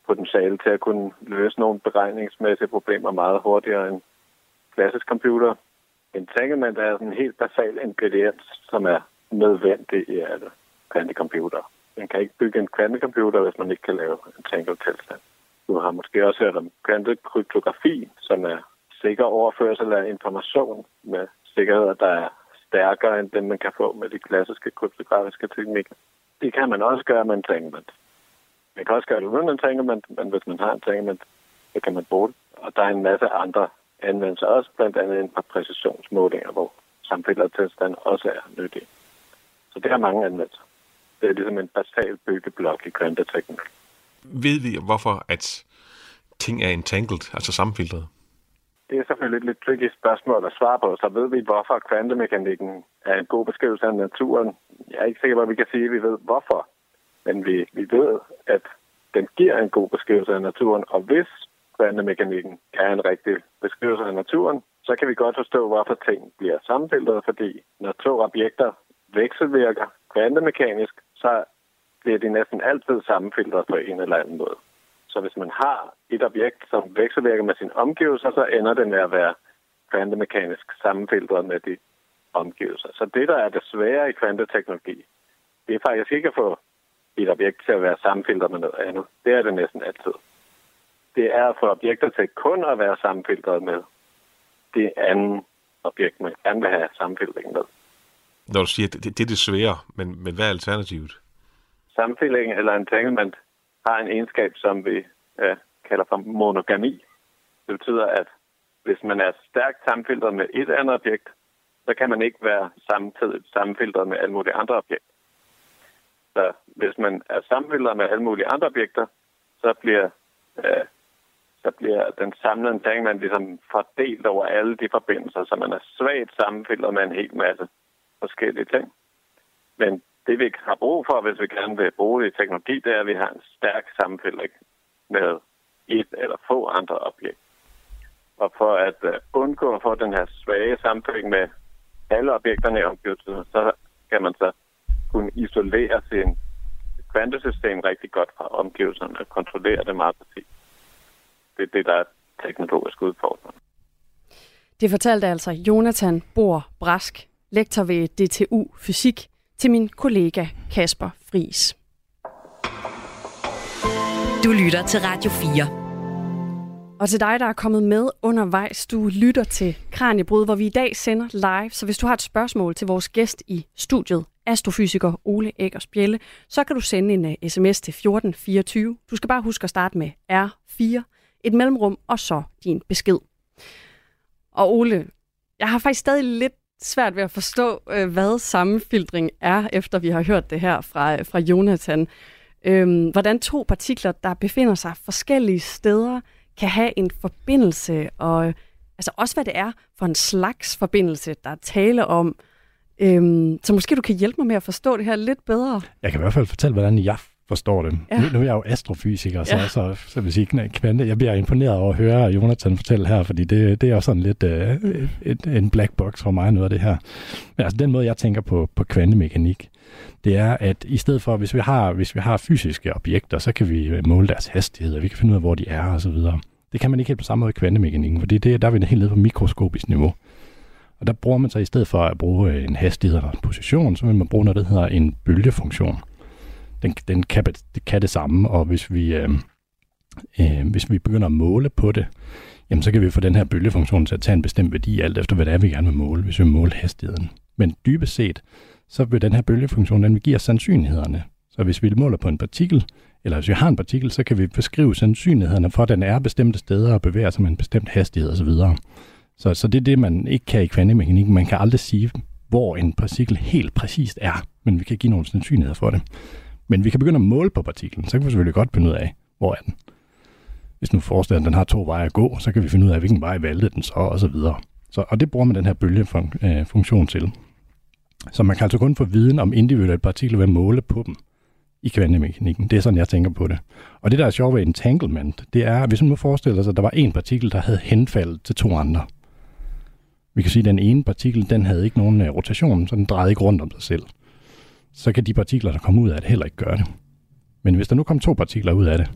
potentiale til at kunne løse nogle beregningsmæssige problemer meget hurtigere end klassisk computer. Entanglement er sådan en helt basal ingrediens, som er nødvendig i alle kvantecomputere. Man kan ikke bygge en kvantecomputer, hvis man ikke kan lave entangled tilstand. Du har måske også hørt om kvantekryptografi, som er sikker overførsel af information med sikkerheder, der er stærkere end dem, man kan få med de klassiske kryptografiske teknikker. Det kan man også gøre med entanglement. Man kan også gøre det uden entanglement, men hvis man har entanglement, så kan man bruge det. Og der er en masse andre anvendelser også, blandt andet inden for præcisionsmålinger, hvor sammenfiltret tilstand også er nyttig. Så det har mange anvendelser. Det er ligesom en basal byggeblok i kvanteteknologi. Ved vi, hvorfor at ting er entangled, altså sammenfiltret? Det er selvfølgelig et lidt tricky spørgsmål at svare på. Så ved vi, hvorfor kvantemekanikken er en god beskrivelse af naturen. Jeg er ikke sikker på, at vi kan sige, at vi ved hvorfor. Men vi, vi ved, at den giver en god beskrivelse af naturen. Og hvis kvantemekanikken er en rigtig beskrivelse af naturen, så kan vi godt forstå, hvorfor ting bliver sammenfiltret. Fordi når to objekter vekselvirker kvantemekanisk, så bliver de næsten altid sammenfiltret på en eller anden måde. Så hvis man har et objekt, som vekselvirker med sine omgivelser, så ender det med at være kvantemekanisk sammenfiltret med de omgivelser. Så det, der er det svære i kvanteteknologi, det er faktisk ikke at få et objekt til at være sammenfiltret med noget andet. Det er det næsten altid. Det er at få objekter til kun at være sammenfiltret med det andet objekt, man gerne vil have sammenfiltring med. Når du siger, at det, det er det svære, men, men hvad er alternativet? Sammenfiltring eller entanglement har en egenskab, som vi øh, kalder for monogami. Det betyder, at hvis man er stærkt sammenfiltret med et andet objekt, så kan man ikke være samtidig sammenfiltret med alle mulige andre objekter. Så hvis man er sammenfiltret med alle mulige andre objekter, så bliver, øh, så bliver den samlede entanglement ligesom fordelt over alle de forbindelser, så man er svagt sammenfiltret med en hel masse forskellige ting. Men det, vi har brug for, hvis vi gerne vil bruge det i teknologi, det er, at vi har en stærk sammenfiltring med et eller få andre objekter. Og for at uh, undgå at få den her svage sammenfiltring med alle objekterne i omgivelsen, så skal man så kunne isolere sin kvantesystem rigtig godt fra omgivelserne og kontrollere det meget præcist. Det er det, der er teknologisk udfordring. Det fortalte altså Jonathan Bohr Brask, lektor ved D T U Fysik, til min kollega Kasper Friis. Du lytter til Radio fire. Og til dig, der er kommet med undervejs, du lytter til Kraniebrud, hvor vi i dag sender live. Så hvis du har et spørgsmål til vores gæst i studiet, astrofysiker Ole Eggers Bjelle, så kan du sende en uh, sms til fjorten fireogtyve. Du skal bare huske at starte med R fire, et mellemrum og så din besked. Og Ole, jeg har faktisk stadig lidt svært ved at forstå, øh, hvad sammenfiltring er, efter vi har hørt det her fra, fra Jonathan. Øhm, hvordan to partikler, der befinder sig forskellige steder, kan have en forbindelse, og altså også hvad det er for en slags forbindelse, der er tale om. Øhm, så måske du kan hjælpe mig med at forstå det her lidt bedre. Jeg kan i hvert fald fortælle, hvordan jeg forstår det. Ja. Nu, nu er jeg jo astrofysiker, så, ja. så, så, så vil sige, kvante. Jeg bliver imponeret over at høre Jonathan fortælle her, fordi det, det er jo sådan lidt øh, et, en black box for mig, noget af det her. Men altså den måde, jeg tænker på, på kvantemekanik, det er, at i stedet for, hvis vi har, hvis vi har fysiske objekter, så kan vi måle deres hastighed, og vi kan finde ud af, hvor de er og så videre. Det kan man ikke helt på samme måde i kvantemekanikken, fordi det, der er vi helt nede på mikroskopisk niveau. Og der bruger man så i stedet for at bruge en hastighed og en position, så vil man bruge noget, der hedder en bølgefunktion. Den, den kan, det kan det samme, og hvis vi, øh, øh, hvis vi begynder at måle på det, jamen så kan vi få den her bølgefunktion til at tage en bestemt værdi, alt efter hvad det er, vi gerne vil måle, hvis vi vil måle hastigheden. Men dybest set, så vil den her bølgefunktion, den vil give os sandsynlighederne. Så hvis vi måler på en partikel, eller hvis vi har en partikel, så kan vi beskrive sandsynlighederne for, at den er bestemte steder og bevæger sig med en bestemt hastighed osv. Så, så det er det, man ikke kan i kvantemekanikken. Man kan aldrig sige, hvor en partikel helt præcist er, men vi kan give nogle sandsynligheder for det. Men vi kan begynde at måle på partiklen, så kan vi selvfølgelig godt finde ud af, hvor er den. Hvis nu forestiller, at den har to veje at gå, så kan vi finde ud af, hvilken vej valgte den så, og så videre. Så, og det bruger man den her bølgefunktion til. Så man kan altså kun få viden om individuelle partikler ved at måle på dem i kvantemekanikken. Det er sådan, jeg tænker på det. Og det, der er sjovt ved entanglement, det er, hvis man nu forestiller sig, at der var en partikel, der havde henfaldet til to andre. Vi kan sige, at den ene partikel, den havde ikke nogen rotation, så den drejede ikke rundt om sig selv. Så kan de partikler, der kommer ud af det, heller ikke gøre det. Men hvis der nu kom to partikler ud af det,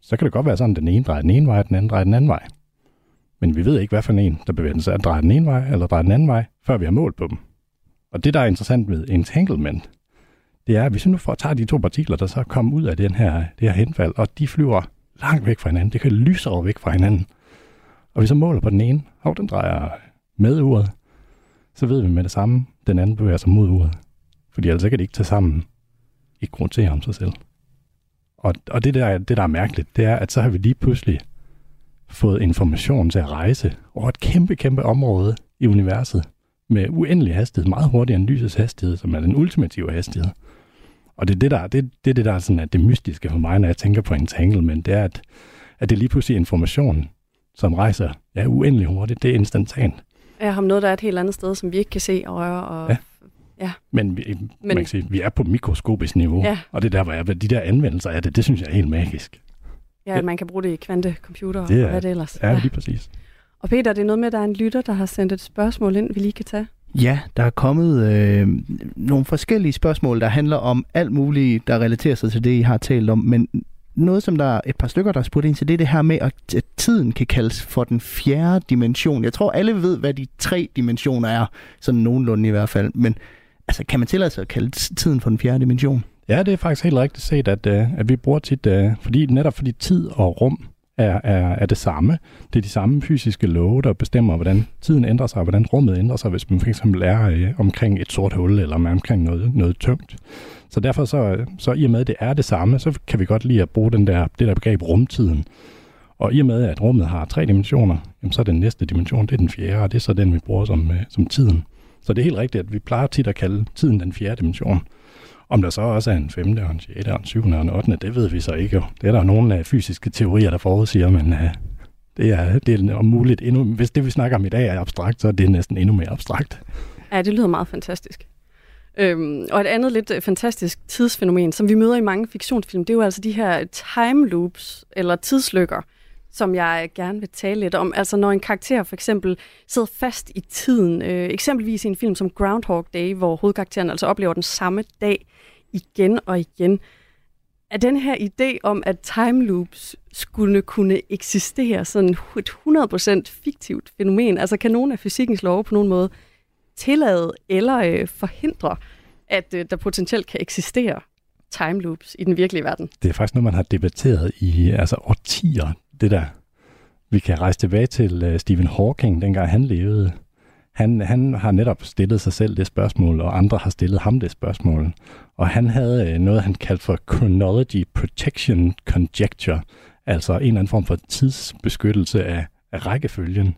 så kan det godt være sådan, at den ene drejer den ene vej, og den anden drejer den anden vej. Men vi ved ikke, hvad for en, der bevæger sig at dreje den ene vej, eller dreje den anden vej, før vi har målt på dem. Og det, der er interessant med entanglement, det er, at hvis vi nu får tager de to partikler, der så kommer ud af den her, det her henfald, og de flyver langt væk fra hinanden, det kan lysere væk fra hinanden, og vi så måler på den ene, og den drejer med uret, så ved vi med det samme, den anden bevæger sig mod uret. Fordi ellers kan de ikke tage sammen, ikke rotere om sig selv. Og, og det, der, det, der er mærkeligt, det er, at så har vi lige pludselig fået information til at rejse over et kæmpe, kæmpe område i universet med uendelig hastighed, meget hurtigere end lysets hastighed, som er den ultimative hastighed. Og det er det, der, det, det, er det, der er sådan, at det mystiske for mig, når jeg tænker på entanglement, det er, at, at det lige pludselig er information, som rejser ja, uendelig hurtigt. Det er instantant. Jeg har noget, der er et helt andet sted, som vi ikke kan se og røre. Og... Ja. Ja. Men, vi, Men man kan sige, vi er på mikroskopisk niveau, ja. Og det der, hvor jeg, de der anvendelser af det, det synes jeg er helt magisk. Ja, at man kan bruge det i kvantecomputer og er, hvad det ellers. Ja, lige præcis. Og Peter, det er noget med, at der er en lytter, der har sendt et spørgsmål ind, vi lige kan tage. Ja, der er kommet øh, nogle forskellige spørgsmål, der handler om alt muligt, der relaterer sig til det, I har talt om, men noget, som der er et par stykker, der har spurgt ind til, det er det her med, at tiden kan kaldes for den fjerde dimension. Jeg tror, alle ved, hvad de tre dimensioner er, sådan nogenlunde i hvert fald, men altså, kan man tillade sig at kalde tiden for den fjerde dimension? Ja, det er faktisk helt rigtigt set, at, at vi bruger tit, fordi, netop fordi tid og rum er, er, er det samme. Det er de samme fysiske love, der bestemmer, hvordan tiden ændrer sig, og hvordan rummet ændrer sig, hvis man for eksempel er øh, omkring et sort hul, eller omkring noget, noget tungt. Så derfor, så, så i og med, at det er det samme, så kan vi godt lide at bruge den der, det der begreb rumtiden. Og i og med, at rummet har tre dimensioner, jamen, så er den næste dimension, det er den fjerde, og det er så den, vi bruger som, øh, som tiden. Så det er helt rigtigt, at vi plejer tit at kalde tiden den fjerde dimension. Om der så også er en femte, og en sjette, og en syvende, og en ottende, det ved vi så ikke. Det er der nogle af fysiske teorier, der forudsiger, men uh, det er, det er muligt endnu. Hvis det, vi snakker om i dag, er abstrakt, så er det næsten endnu mere abstrakt. Ja, det lyder meget fantastisk. Øhm, og et andet lidt fantastisk tidsfænomen, som vi møder i mange fiktionsfilm, det er jo altså de her time loops, eller tidslykker, som jeg gerne vil tale lidt om. Altså når en karakter for eksempel sidder fast i tiden, øh, eksempelvis i en film som Groundhog Day, hvor hovedkarakteren altså oplever den samme dag igen og igen. Er den her idé om, at time loops skulle kunne eksistere sådan et hundrede procent fiktivt fænomen, altså kan nogen af fysikkens love på nogen måde tillade eller øh, forhindre, at øh, der potentielt kan eksistere time loops i den virkelige verden? Det er faktisk noget, man har debatteret i altså årtier. Det der, vi kan rejse tilbage til uh, Stephen Hawking, dengang han levede. Han, han har netop stillet sig selv det spørgsmål, og andre har stillet ham det spørgsmål. Og han havde uh, noget, han kaldte for chronology protection conjecture, altså en eller anden form for tidsbeskyttelse af, af rækkefølgen.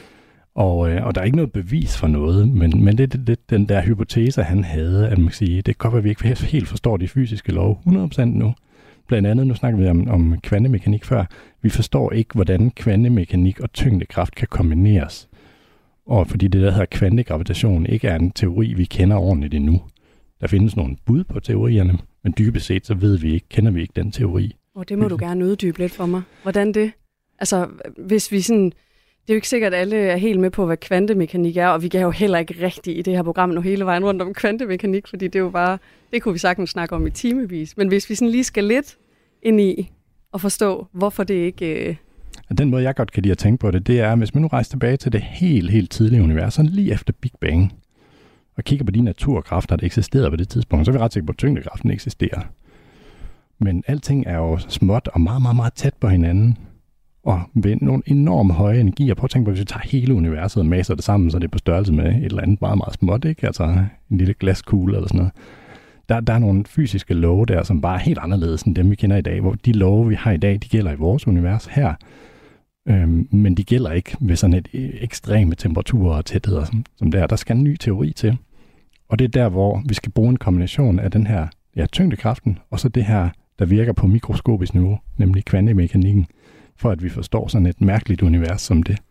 Og, uh, og der er ikke noget bevis for noget, men, men det er det, den der hypotese, han havde, at man kan sige, det kan godt være, at vi ikke helt forstår de fysiske lov hundrede procent nu. Blandt andet, nu snakker vi om, om kvantemekanik før, vi forstår ikke, hvordan kvantemekanik og tyngdekraft kan kombineres. Og fordi det, der hedder kvantegravitation, ikke er en teori, vi kender ordentligt endnu. Der findes nogle bud på teorierne, men dybest set, så ved vi ikke, kender vi ikke den teori. Og det må du gerne uddybe lidt for mig. Hvordan det? Altså, hvis vi sådan... Det er jo ikke sikkert, at alle er helt med på, hvad kvantemekanik er, og vi kan jo heller ikke rigtigt i det her program nå hele vejen rundt om kvantemekanik, fordi det er jo bare, det kunne vi sagtens snakke om i timevis. Men hvis vi sådan lige skal lidt ind i og forstå, hvorfor det ikke... Øh... Den måde, jeg godt kan lide at tænke på det, det er, hvis man nu rejser tilbage til det helt, helt tidlige univers, sådan lige efter Big Bang, og kigger på de naturkræfter, der eksisterede på det tidspunkt, så er vi ret sikre på, at tyngdekraften eksisterer. Men alting er jo småt og meget, meget, meget tæt på hinanden. Og ved nogle enormt høje energier. Prøv at tænke på, hvis vi tager hele universet og maser det sammen, så det er på størrelse med et eller andet meget, meget småt, ikke? Altså en lille glaskugle eller sådan noget. Der, der er nogle fysiske love der, som bare er helt anderledes end dem, vi kender i dag. Hvor de love, vi har i dag, de gælder i vores univers her. Øhm, men de gælder ikke ved sådan et ekstreme temperaturer og tætheder som, som der. Der skal en ny teori til. Og det er der, hvor vi skal bruge en kombination af den her ja, tyngdekraften, og så det her, der virker på mikroskopisk niveau, nemlig kvantemekanikken, for at vi forstår sådan et mærkeligt univers som det.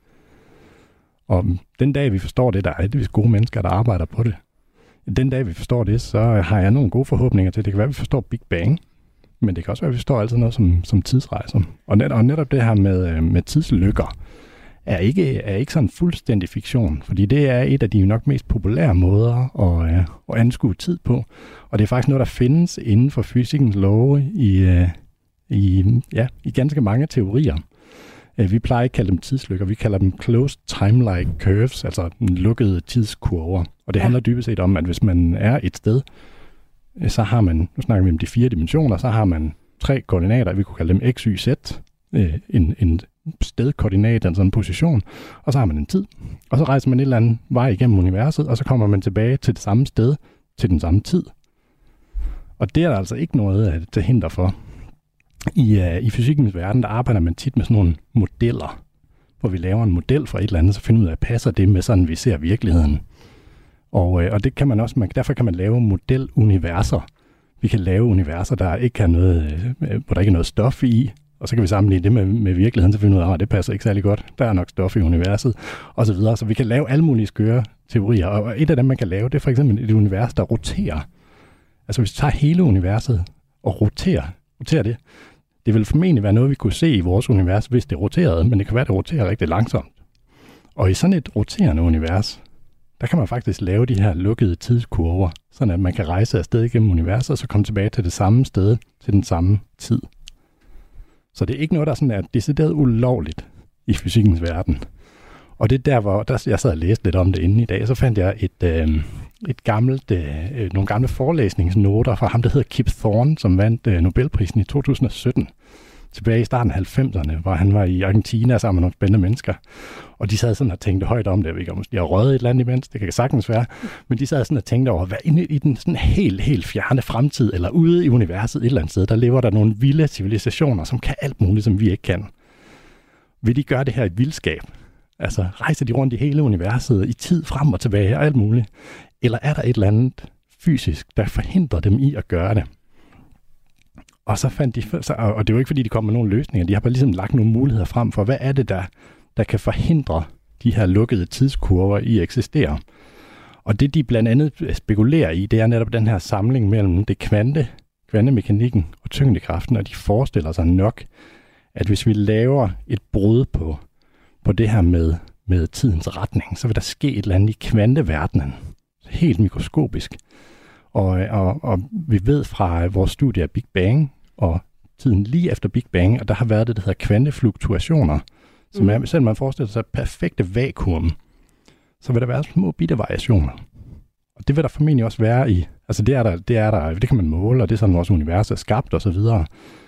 Og den dag, vi forstår det, der er heldigvis gode mennesker, der arbejder på det. Den dag, vi forstår det, så har jeg nogle gode forhåbninger til. Det kan være, at vi forstår Big Bang, men det kan også være, at vi forstår altid noget som, som tidsrejser. Og, net, og netop det her med, med tidslykker er ikke, er ikke sådan fuldstændig fiktion, fordi det er et af de nok mest populære måder at, at anskue tid på. Og det er faktisk noget, der findes inden for fysikkens love i... i, ja, i ganske mange teorier. Vi plejer ikke at kalde dem tidslykker, vi kalder dem closed time-like curves, altså lukkede tidskurver. Og det handler dybest set om, at hvis man er et sted, så har man, nu snakker vi om de fire dimensioner, så har man tre koordinater, vi kunne kalde dem x, y, z, en, en stedkoordinat, altså en position, og så har man en tid. Og så rejser man et eller andet vej igennem universet, og så kommer man tilbage til det samme sted, til den samme tid. Og det er der altså ikke noget til hinder for. I, uh, I fysikkens verden, der arbejder man tit med sådan nogle modeller, hvor vi laver en model for et eller andet, så finder ud af, at passer det med sådan, vi ser virkeligheden. Og, uh, og det kan man også, man, derfor kan man lave modeluniverser. Vi kan lave universer, der ikke har noget, uh, hvor der ikke er noget stof i, og så kan vi sammenligne det med, med virkeligheden, så finder vi ud af, at det passer ikke særlig godt. Der er nok stof i universet, og så videre. Så vi kan lave alle mulige skøre teorier, og et af dem, man kan lave, det er for eksempel et univers, der roterer. Altså hvis vi tager hele universet og roterer, roterer det, det vil formentlig være noget, vi kunne se i vores univers, hvis det roterede, men det kan være, at det roterer rigtig langsomt. Og i sådan et roterende univers, der kan man faktisk lave de her lukkede tidskurver, sådan at man kan rejse afsted igennem universet, og så komme tilbage til det samme sted, til den samme tid. Så det er ikke noget, der sådan er decideret ulovligt i fysikkens verden. Og det er der, hvor der, jeg sad og læste lidt om det inden i dag, så fandt jeg et, øh, et gammelt, øh, nogle gamle forelæsningsnoter fra ham, der hedder Kip Thorne, som vandt øh, Nobelprisen i to tusind og sytten. Tilbage i starten af halvfemserne, hvor han var i Argentina sammen med nogle spændende mennesker. Og de sad sådan og tænkte højt om det. Jeg ved ikke, om de har røget et eller andet imens, det kan sagtens være. Men de sad sådan og tænkte over, hvad inde i den sådan helt, helt fjerne fremtid, eller ude i universet et eller andet sted, der lever der nogle vilde civilisationer, som kan alt muligt, som vi ikke kan. Vil de gøre det her i vildskab? Altså rejser de rundt i hele universet, i tid frem og tilbage og alt muligt? Eller er der et eller andet fysisk, der forhindrer dem i at gøre det? Og så fandt de, og det er jo ikke fordi, de kom med nogle løsninger, de har bare ligesom lagt nogle muligheder frem for, hvad er det, der, der kan forhindre de her lukkede tidskurver i at eksistere. Og det, de blandt andet spekulerer i, det er netop den her samling mellem det kvante, kvantemekanikken og tyngdekraften, og de forestiller sig nok, at hvis vi laver et brud på, på det her med, med tidens retning, så vil der ske et eller andet i kvanteverdenen, helt mikroskopisk. Og, og, og vi ved fra vores studie af Big Bang og tiden lige efter Big Bang, at der har været det, der hedder kvantefluktuationer, som er, selv man forestiller sig perfekte vakuum, så vil der være små bitte variationer. Og det vil der formentlig også være i, altså det er der, det er der, det kan man måle, og det er sådan, vores univers er skabt og så videre.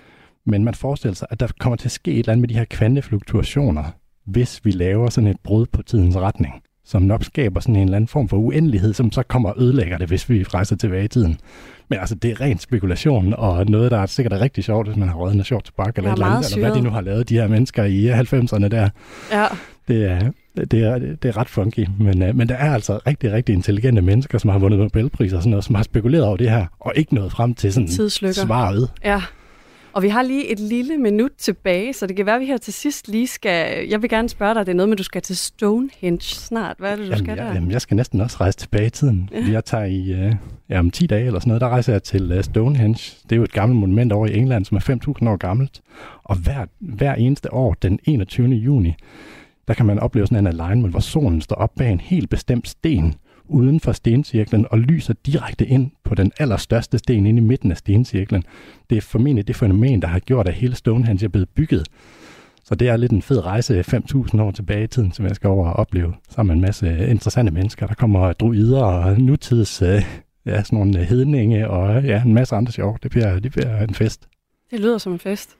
Men man forestiller sig, at der kommer til at ske et eller andet med de her kvantefluktuationer, hvis vi laver sådan et brud på tidens retning, som nok skaber sådan en eller anden form for uendelighed, som så kommer og ødelægger det, hvis vi rejser tilbage i tiden. Men altså, det er ren spekulation, og noget, der er sikkert er rigtig sjovt, hvis man har røget en sjovt tobak, eller, eller, andet, eller hvad de nu har lavet, de her mennesker i halvfemserne der. Ja. Det er, det er, det er ret funky, men, men der er altså rigtig, rigtig intelligente mennesker, som har vundet Nobelpriser og sådan noget, som har spekuleret over det her, og ikke nået frem til sådan svaret. Ja. Og vi har lige et lille minut tilbage, så det kan være, at vi her til sidst lige skal... Jeg vil gerne spørge dig, det er noget med, at du skal til Stonehenge snart. Hvad er det, du jamen, skal jeg, der? Jamen, jeg skal næsten også rejse tilbage i tiden. Ja. Jeg tager i uh, ja, om ti dage eller sådan noget, der rejser jeg til uh, Stonehenge. Det er jo et gammelt monument over i England, som er fem tusind år gammelt. Og hver, hver eneste år, den enogtyvende juni, der kan man opleve sådan en alignment, hvor solen står op bag en helt bestemt sten uden for stencirklen og lyser direkte ind på den allerstørste sten inde i midten af stencirklen. Det er formentlig det fænomen, der har gjort, at hele Stonehenge er blevet bygget. Så det er lidt en fed rejse fem tusind år tilbage i tiden, som jeg skal over og opleve sammen med en masse interessante mennesker. Der kommer druider og nutids, ja, sådan nogle hedninge og ja, en masse andre sjov. Det bliver, det bliver en fest. Det lyder som en fest.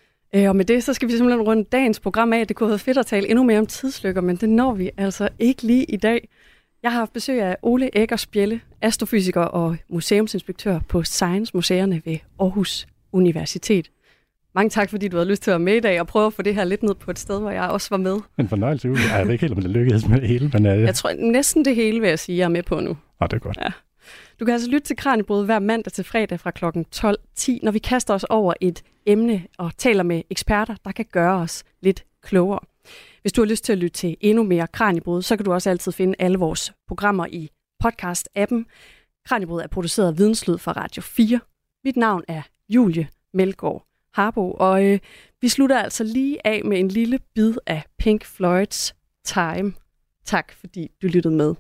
Og med det, så skal vi simpelthen runde dagens program af. Det kunne have været fedt at tale endnu mere om tidslykker, men det når vi altså ikke lige i dag. Jeg har haft besøg af Ole Eggers Bjelle, astrofysiker og museumsinspektør på Science Museerne ved Aarhus Universitet. Mange tak, fordi du havde lyst til at være med i dag og prøve at få det her lidt ned på et sted, hvor jeg også var med. En fornøjelse. Jeg ved ikke helt, om det lykkedes med det hele. Men jeg... jeg tror næsten det hele, vil jeg sige, jeg er med på nu. Ja, det er godt. Ja. Du kan altså lytte til Kraniebrud hver mandag til fredag fra klokken tolv ti, når vi kaster os over et emne og taler med eksperter, der kan gøre os lidt klogere. Hvis du har lyst til at lytte til endnu mere Kraniebrud, så kan du også altid finde alle vores programmer i podcast-appen. Kraniebrud er produceret af Videnslyd fra Radio fire. Mit navn er Julie Melgaard Harbo, og øh, vi slutter altså lige af med en lille bid af Pink Floyds Time. Tak fordi du lyttede med.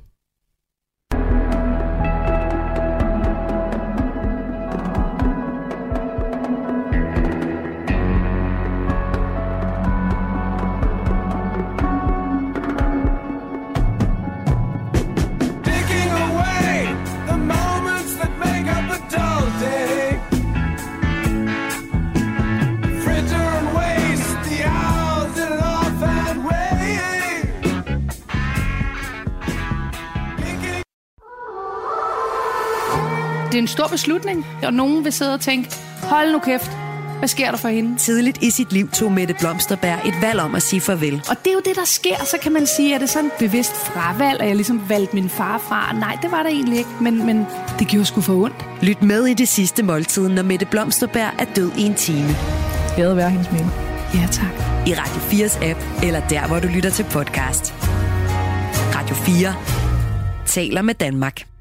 det er en stor beslutning, og nogen vil sidde og tænke, hold nu kæft, hvad sker der for hende? Tidligt i sit liv tog Mette Blomsterberg et valg om at sige farvel. Og det er jo det, der sker, så kan man sige, at det er sådan et bevidst fravalg, at jeg ligesom valgte min far fra. Nej, det var der egentlig ikke, men, men det gjorde sgu for ondt. Lyt med i det sidste måltid, når Mette Blomsterberg er død i en time. Glæder være hendes minde. Ja, tak. I Radio fires app, eller der, hvor du lytter til podcast. Radio fire taler med Danmark.